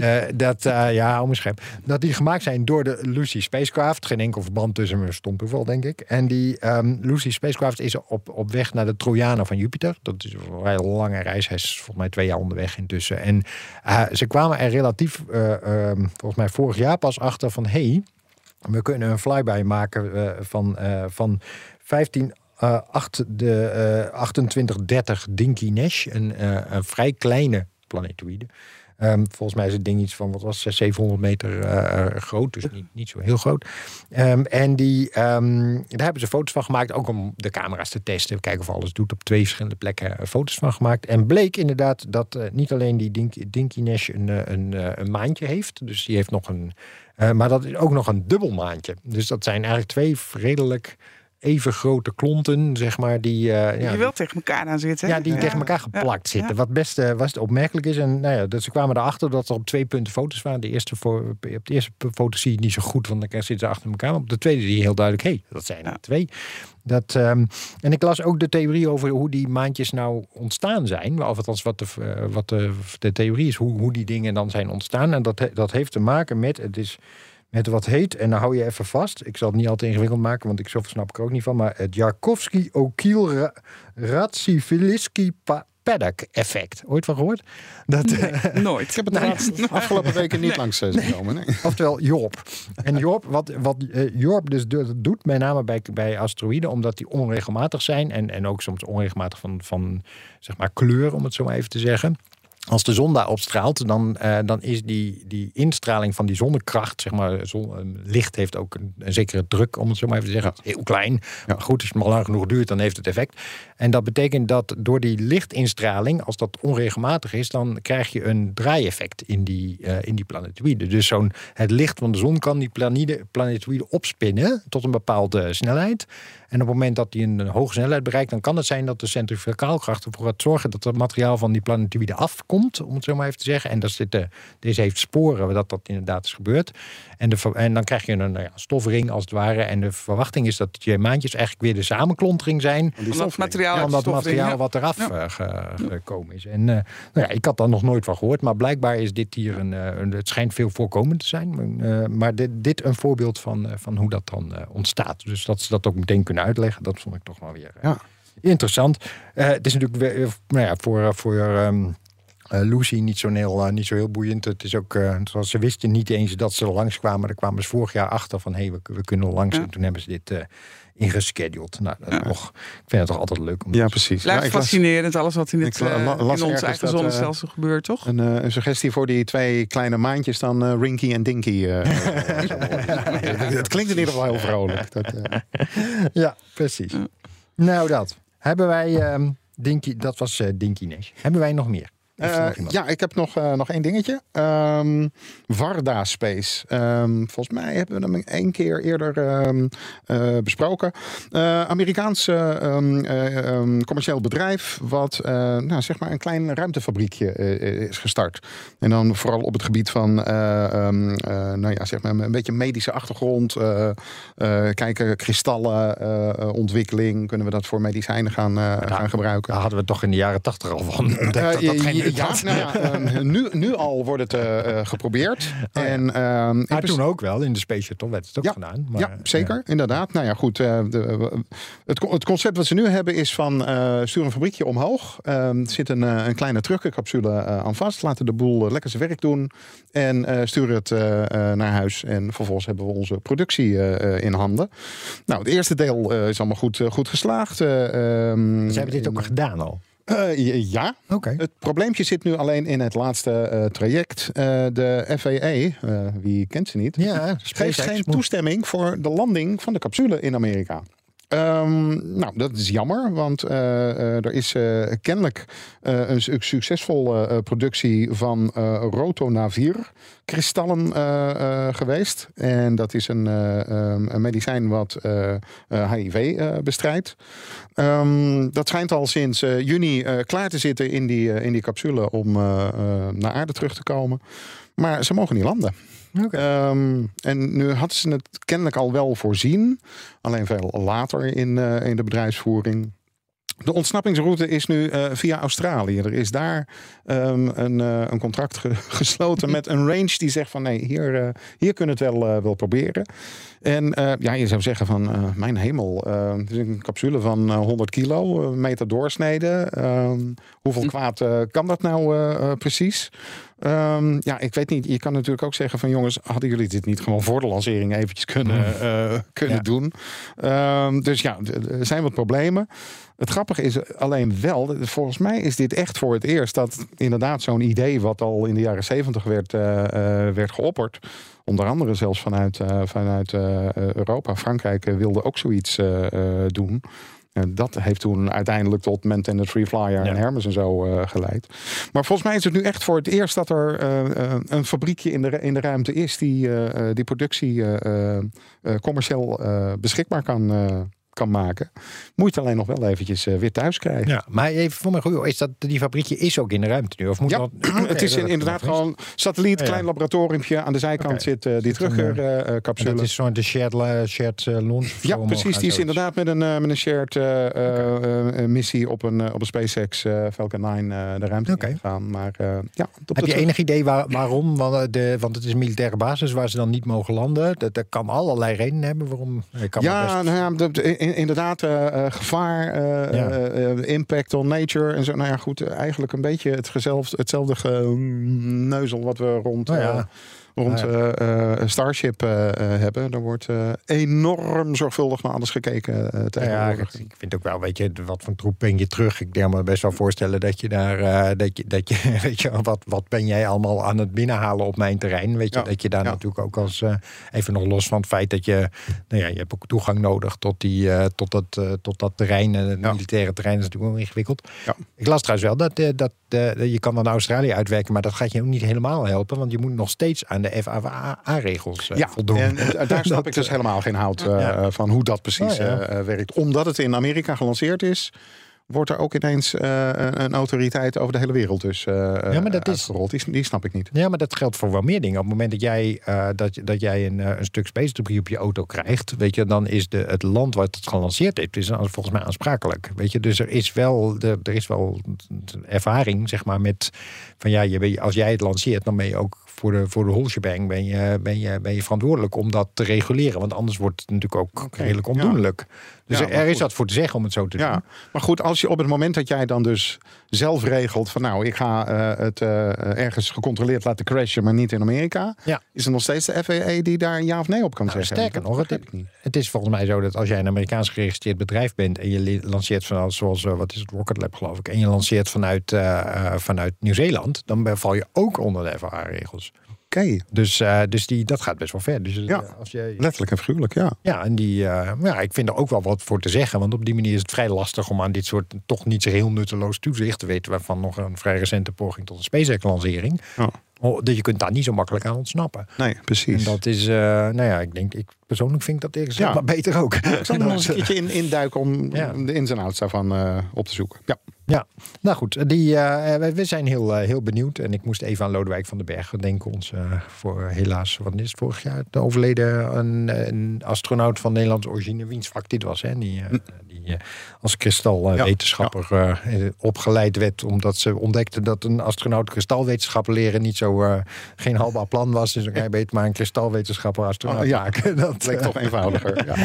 Dat die gemaakt zijn door de Lucy Spacecraft. Geen enkel verband tussen, een stom toeval, denk ik. En die Lucy Spacecraft is op weg naar de Trojanen van Jupiter. Dat is een vrij lange reis. Hij is volgens mij 2 jaar onderweg intussen. En ze kwamen er relatief, volgens mij vorig jaar pas achter van... we kunnen een flyby maken van 2830 Dinky Nash. Een vrij kleine planetoïde. Volgens mij is het ding iets van 700 meter groot, dus niet zo heel groot. En daar hebben ze foto's van gemaakt, ook om de camera's te testen. Kijken of alles doet. Op 2 verschillende plekken foto's van gemaakt. En bleek inderdaad dat niet alleen die Dinky Nash een maantje heeft. Dus die heeft nog maar dat is ook nog een dubbelmaantje. Dus dat zijn eigenlijk 2 redelijk... even grote klonten, zeg maar, die... je wilt tegen elkaar aan zitten. Ja, die tegen elkaar geplakt zitten. Ja. Wat best opmerkelijk is. En dus ze kwamen erachter dat er op 2 punten foto's waren. Op de eerste foto zie je het niet zo goed, want dan zitten ze achter elkaar. Maar op de tweede zie je heel duidelijk, dat zijn er 2. En ik las ook de theorie over hoe die maantjes nou ontstaan zijn. Of althans wat de theorie is, hoe die dingen dan zijn ontstaan. En dat heeft te maken met... Met wat heet, en dan hou je even vast. Ik zal het niet al te ingewikkeld maken, want zoveel snap ik er ook niet van. Maar het Jarkovsky-O'Keel-Ratsifilsky-Paddock effect. Ooit van gehoord? Nooit. Ik heb het afgelopen weken niet langs zien komen. Nee. Oftewel Jorp. En Jorp, wat Jorp dus doet, met name bij asteroïden, omdat die onregelmatig zijn. En ook soms onregelmatig van zeg maar kleur, om het zo maar even te zeggen. Als de zon daar opstraalt, dan is die instraling van die zonnekracht, zeg maar, licht heeft ook een zekere druk, om het zo maar even te zeggen. Heel klein, maar goed, als het maar lang genoeg duurt, dan heeft het effect. En dat betekent dat door die lichtinstraling, als dat onregelmatig is, dan krijg je een draaieffect in die planetoïde. Dus het licht van de zon kan die planetoïde opspinnen tot een bepaalde snelheid. En op het moment dat die een hoge snelheid bereikt, dan kan het zijn dat de centrifugaalkracht ervoor gaat zorgen dat het materiaal van die planetoïde afkomt, om het zo maar even te zeggen. En deze heeft sporen dat inderdaad is gebeurd. En dan krijg je een stofring als het ware. En de verwachting is dat je maantjes eigenlijk weer de samenklontering zijn. Omdat materiaal wat eraf gekomen is. En ik had daar nog nooit van gehoord. Maar blijkbaar is dit hier het schijnt veel voorkomend te zijn. Maar dit een voorbeeld van hoe dat dan ontstaat. Dus dat ze dat ook meteen kunnen uitleggen. Dat vond ik toch wel weer interessant. Het is natuurlijk voor Lucy niet zo heel boeiend. Het is ook, zoals ze wisten niet eens dat ze er langskwamen. Daar kwamen ze vorig jaar achter van we kunnen er langs. En toen hebben ze dit ingescheduled. Nou, ik vind het toch altijd leuk. Precies. Blijft fascinerend, alles wat in ons eigen zonnestelsel gebeurt, toch? Een suggestie voor die 2 kleine maandjes dan Rinky en Dinky. Het klinkt in ieder geval heel vrolijk. Ja, precies. Ja. Nou, dat. Hebben wij Dinky, dat was Dinky Nash. Hebben wij nog meer? Ik heb nog 1 dingetje. Varda Space. Volgens mij hebben we hem 1 keer eerder besproken. Amerikaans commercieel bedrijf wat zeg maar een klein ruimtefabriekje is gestart. En dan vooral op het gebied van zeg maar een beetje medische achtergrond. Kijken, kristallen ontwikkeling. Kunnen we dat voor medicijnen gaan gebruiken? Daar hadden we toch in de jaren 80 al van ontdekt. Nu al wordt het geprobeerd. Toen ook wel, in de Space Shuttle werd het ook gedaan. Maar, zeker, inderdaad. Nou ja, goed. Het concept wat ze nu hebben is van stuur een fabriekje omhoog. Er zit een kleine truckencapsule aan vast. Laten de boel lekker zijn werk doen. En sturen het naar huis. En vervolgens hebben we onze productie in handen. Nou, het eerste deel is allemaal goed geslaagd. Ze hebben dit ook gedaan al. Ja. Oké. Het probleempje zit nu alleen in het laatste traject. De FAA, wie kent ze niet, Ja, geeft geen toestemming voor de landing van de capsule in Amerika. Dat is jammer, want er is kennelijk een succesvolle productie van rotonavir kristallen geweest. En dat is een medicijn wat HIV bestrijdt. Dat schijnt al sinds juni klaar te zitten in die capsule om naar aarde terug te komen. Maar ze mogen niet landen. Okay. En nu hadden ze het kennelijk al wel voorzien. Alleen veel later in de bedrijfsvoering. De ontsnappingsroute is nu via Australië. Er is daar een contract gesloten met een range die zegt van nee, hier kunnen we het wel proberen. En je zou zeggen van mijn hemel, het is een capsule van 100 kilo, meter doorsnede. Hoeveel kwaad kan dat nou precies? Ik weet niet. Je kan natuurlijk ook zeggen van jongens, hadden jullie dit niet gewoon voor de lancering eventjes kunnen doen? Dus er zijn wat problemen. Het grappige is alleen wel, volgens mij is dit echt voor het eerst dat inderdaad zo'n idee wat al in de jaren 70 werd geopperd. Onder andere zelfs vanuit Europa. Frankrijk wilde ook zoiets doen. Dat heeft toen uiteindelijk tot Maintainer Free Flyer en Hermes en zo geleid. Maar volgens mij is het nu echt voor het eerst dat er een fabriekje in de ruimte is die productie commercieel beschikbaar kan maken. Moet je het alleen nog wel eventjes weer thuis krijgen. Ja, maar even voor mij goed, is dat die fabriekje is ook in de ruimte nu? Of moet het is inderdaad gewoon satelliet, klein laboratoriumpie. Aan de zijkant zit die terugkeercapsule. Dat is zo'n de shared launch. Ja, precies. Die is inderdaad met een shared missie op een SpaceX Falcon 9 de ruimte gegaan. Maar heb je enig idee waarom? Want het is een militaire basis waar ze dan niet mogen landen. Dat kan allerlei redenen hebben waarom. Inderdaad, gevaar, impact on nature en zo. Nou ja, goed, eigenlijk een beetje hetzelfde geneuzel wat we rond Starship hebben. Er wordt enorm zorgvuldig naar alles gekeken tegenwoordig. Ja, ik vind ook wel, weet je, wat voor troep ben je terug? Ik kan me best wel voorstellen dat je daar, dat je weet je, wat ben jij allemaal aan het binnenhalen op mijn terrein? Weet je, dat je daar natuurlijk ook als, even nog los van het feit dat je hebt ook toegang nodig tot dat terrein. Het militaire terrein is natuurlijk wel ingewikkeld. Ja. Ik las trouwens wel dat je kan dan naar Australië uitwerken, maar dat gaat je ook niet helemaal helpen, want je moet nog steeds aan de FAA-regels voldoen. En daar snap ik dus helemaal geen hout van hoe dat precies werkt. Omdat het in Amerika gelanceerd is, wordt er ook ineens een autoriteit over de hele wereld dus uitgerold. Die snap ik niet. Ja, maar dat geldt voor wel meer dingen. Op het moment dat jij een stuk space debris op je auto krijgt, weet je, dan is het land wat het gelanceerd heeft, is volgens mij aansprakelijk. Weet je, dus er is wel ervaring, zeg maar, met van als jij het lanceert, dan ben je ook voor de whole shebang ben je verantwoordelijk om dat te reguleren. Want anders wordt het natuurlijk ook redelijk ondoenlijk. Dus er is wat voor te zeggen om het zo te doen. Maar goed, als je op het moment dat jij dan dus zelf regelt van ik ga het ergens gecontroleerd laten crashen, maar niet in Amerika. Ja. Is er nog steeds de FAA die daar ja of nee op kan zeggen? Sterker nog, het is volgens mij zo dat als jij een Amerikaans geregistreerd bedrijf bent en je lanceert zoals Rocket Lab geloof ik, en je lanceert vanuit Nieuw-Zeeland, dan val je ook onder de FAA-regels. Okay. Dus dat gaat best wel ver. Dus als je, letterlijk en figuurlijk, ja. Ja, en ik vind er ook wel wat voor te zeggen. Want op die manier is het vrij lastig om aan dit soort toch niet zo heel nutteloos toezicht te weten, waarvan nog een vrij recente poging tot een SpaceX-lancering. Ja. Dat je kunt daar niet zo makkelijk aan ontsnappen. Nee, precies. En dat is, ik persoonlijk vind dat ergens maar beter ook. Ik zal er nog eens een keertje induiken om de ins en outs daarvan op te zoeken. Ja, nou goed. We zijn heel benieuwd. En ik moest even aan Lodewijk van den Berg denken. Voor helaas, wat is het vorig jaar? De overleden een astronaut van Nederlandse origine. Wiens vak dit was, hè? Die als kristalwetenschapper opgeleid werd. Omdat ze ontdekte dat een astronaut kristalwetenschappen leren niet zo geen haalbaar plan was. Dus dan kan je beter maar een kristalwetenschapper astronaut maken. Dat lijkt toch eenvoudiger.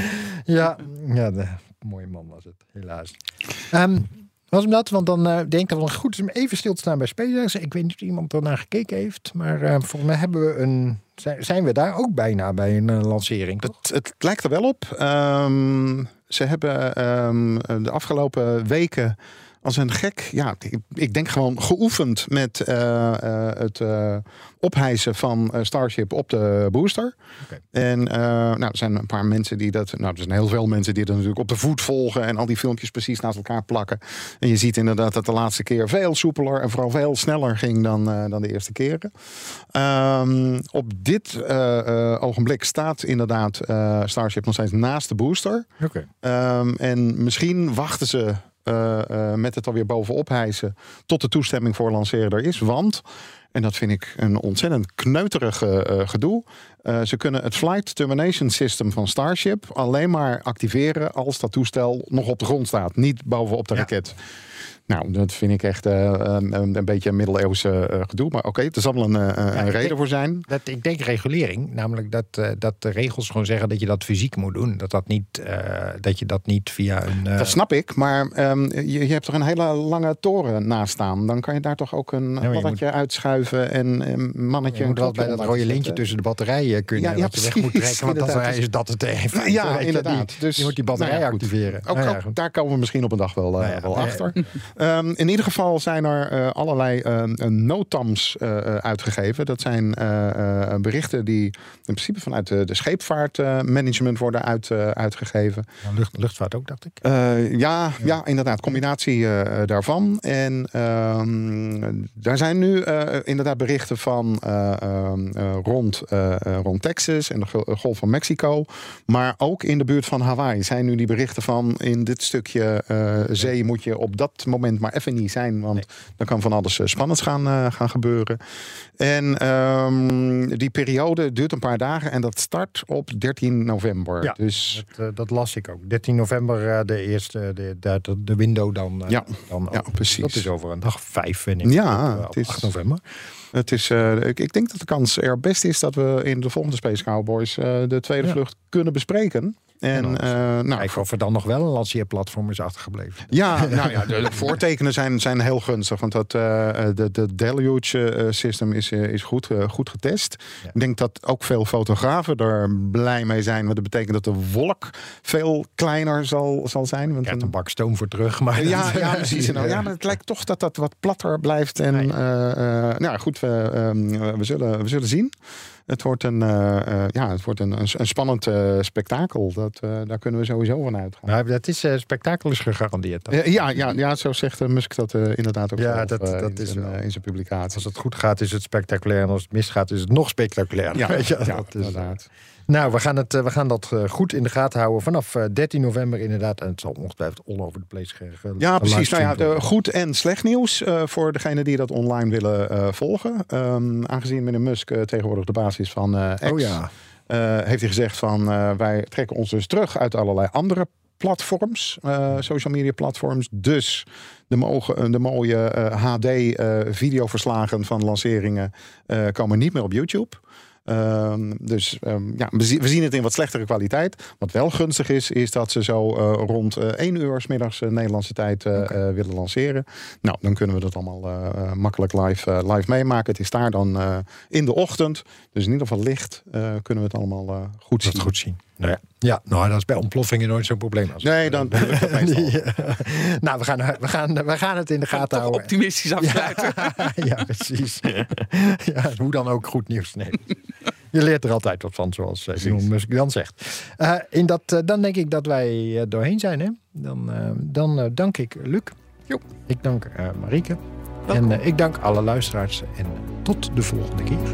Mooie man was het, helaas. Was hem dat? Want dan denk ik dat het goed is om even stil te staan bij SpaceX. Ik weet niet of iemand ernaar gekeken heeft. Maar volgens mij hebben we zijn we daar ook bijna bij een lancering. Het lijkt er wel op. Ze hebben de afgelopen weken als een gek, ik denk gewoon geoefend met het ophijsen van Starship op de booster. Okay. En er zijn een paar mensen die dat... er zijn heel veel mensen die dat natuurlijk op de voet volgen en al die filmpjes precies naast elkaar plakken. En je ziet inderdaad dat de laatste keer veel soepeler en vooral veel sneller ging dan de eerste keren. Op dit ogenblik staat inderdaad Starship nog steeds naast de booster. Okay. En misschien wachten ze met het alweer bovenop hijsen tot de toestemming voor lanceren er is. Want, en dat vind ik een ontzettend kneuterig gedoe, ze kunnen het Flight Termination System van Starship alleen maar activeren als dat toestel nog op de grond staat. Niet bovenop de raket. Nou, dat vind ik echt een beetje een middeleeuwse gedoe. Maar oké, er zal wel een reden voor zijn. Ik denk regulering. Namelijk dat de regels gewoon zeggen dat je dat fysiek moet doen. Dat je dat niet via een... Dat snap ik, maar je hebt toch een hele lange toren naast staan. Dan kan je daar toch ook een mannetje uitschuiven en een mannetje... Je moet wel bij dat rode lintje tussen de batterijen kunnen. Wat je weg moet trekken, want dan is dat het even. Ja, inderdaad. Dus je moet die batterij activeren. Ook daar komen we misschien op een dag wel achter. In ieder geval zijn er allerlei NOTAMs uitgegeven. Dat zijn berichten die in principe vanuit de scheepvaartmanagement worden uitgegeven. Luchtvaart ook, dacht ik. Ja, inderdaad. Combinatie daarvan. En daar zijn nu inderdaad berichten van rond Texas en de Golf van Mexico. Maar ook in de buurt van Hawaii zijn nu die berichten van in dit stukje zee moet je op dat moment maar even niet zijn, want dan kan van alles spannends gaan gebeuren. En die periode duurt een paar dagen en dat start op 13 november. Ja, dus dat las ik ook. 13 november de eerste, de window dan. Ja, precies. Dat is over een dag 5, vind ik. Ja, het is 8 november. Het is, ik denk dat de kans er best is dat we in de volgende Space Cowboys de tweede vlucht kunnen bespreken. En kijken of er dan nog wel een lanceerplatform is achtergebleven. Ja, de voortekenen zijn heel gunstig. Want de Deluge system is goed getest. Ja. Ik denk dat ook veel fotografen er blij mee zijn. Want dat betekent dat de wolk veel kleiner zal zijn. Want een bak stoom voor terug. Maar ja, precies. Maar het lijkt toch dat dat wat platter blijft. En goed, we zullen zien. Het wordt een spannend spektakel. Daar kunnen we sowieso van uitgaan. Nou, dat is spektakel is gegarandeerd. Zo zegt Musk dat inderdaad ook in zijn publicatie. Als het goed gaat is het spectaculair. En als het misgaat is het nog spectaculairder. Dat is inderdaad. Nou, we gaan dat goed in de gaten houden vanaf 13 november inderdaad. En het zal ongetwijfeld all over the place Ja, precies. Goed en slecht nieuws voor degenen die dat online willen volgen. Aangezien meneer Musk tegenwoordig de baas is van X, heeft hij gezegd van wij trekken ons dus terug uit allerlei andere platforms, social media platforms. Dus de mooie HD videoverslagen van lanceringen komen niet meer op YouTube. We zien het in wat slechtere kwaliteit. Wat wel gunstig is dat ze zo rond 1 uur 's middags Nederlandse tijd willen lanceren. Nou, dan kunnen we dat allemaal makkelijk live meemaken. Het is daar dan in de ochtend. Dus in ieder geval licht kunnen we het allemaal goed zien. Dat is bij ontploffingen nooit zo'n probleem. Nee, dan doe ik dat meestal. Nou, we gaan het in de gaten houden. Optimistisch afsluiten. Ja, precies. Hoe dan ook goed nieuws. Nee. Je leert er altijd wat van, zoals Elon Musk dan zegt. Dan denk ik dat wij doorheen zijn. Hè? Dan dank ik Luc. Jo. Ik dank Marieke. Welkom. En ik dank alle luisteraars. En tot de volgende keer.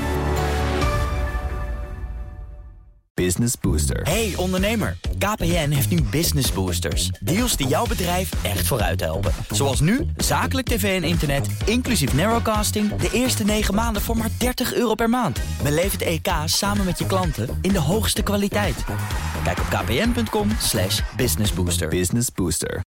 Business Booster. Hey ondernemer, KPN heeft nu Business Boosters. Deals die jouw bedrijf echt vooruit helpen. Zoals nu, zakelijk tv en internet, inclusief narrowcasting, de eerste 9 maanden voor maar €30 per maand. Beleef het EK samen met je klanten in de hoogste kwaliteit. Kijk op kpn.com/businessbooster. Business Booster.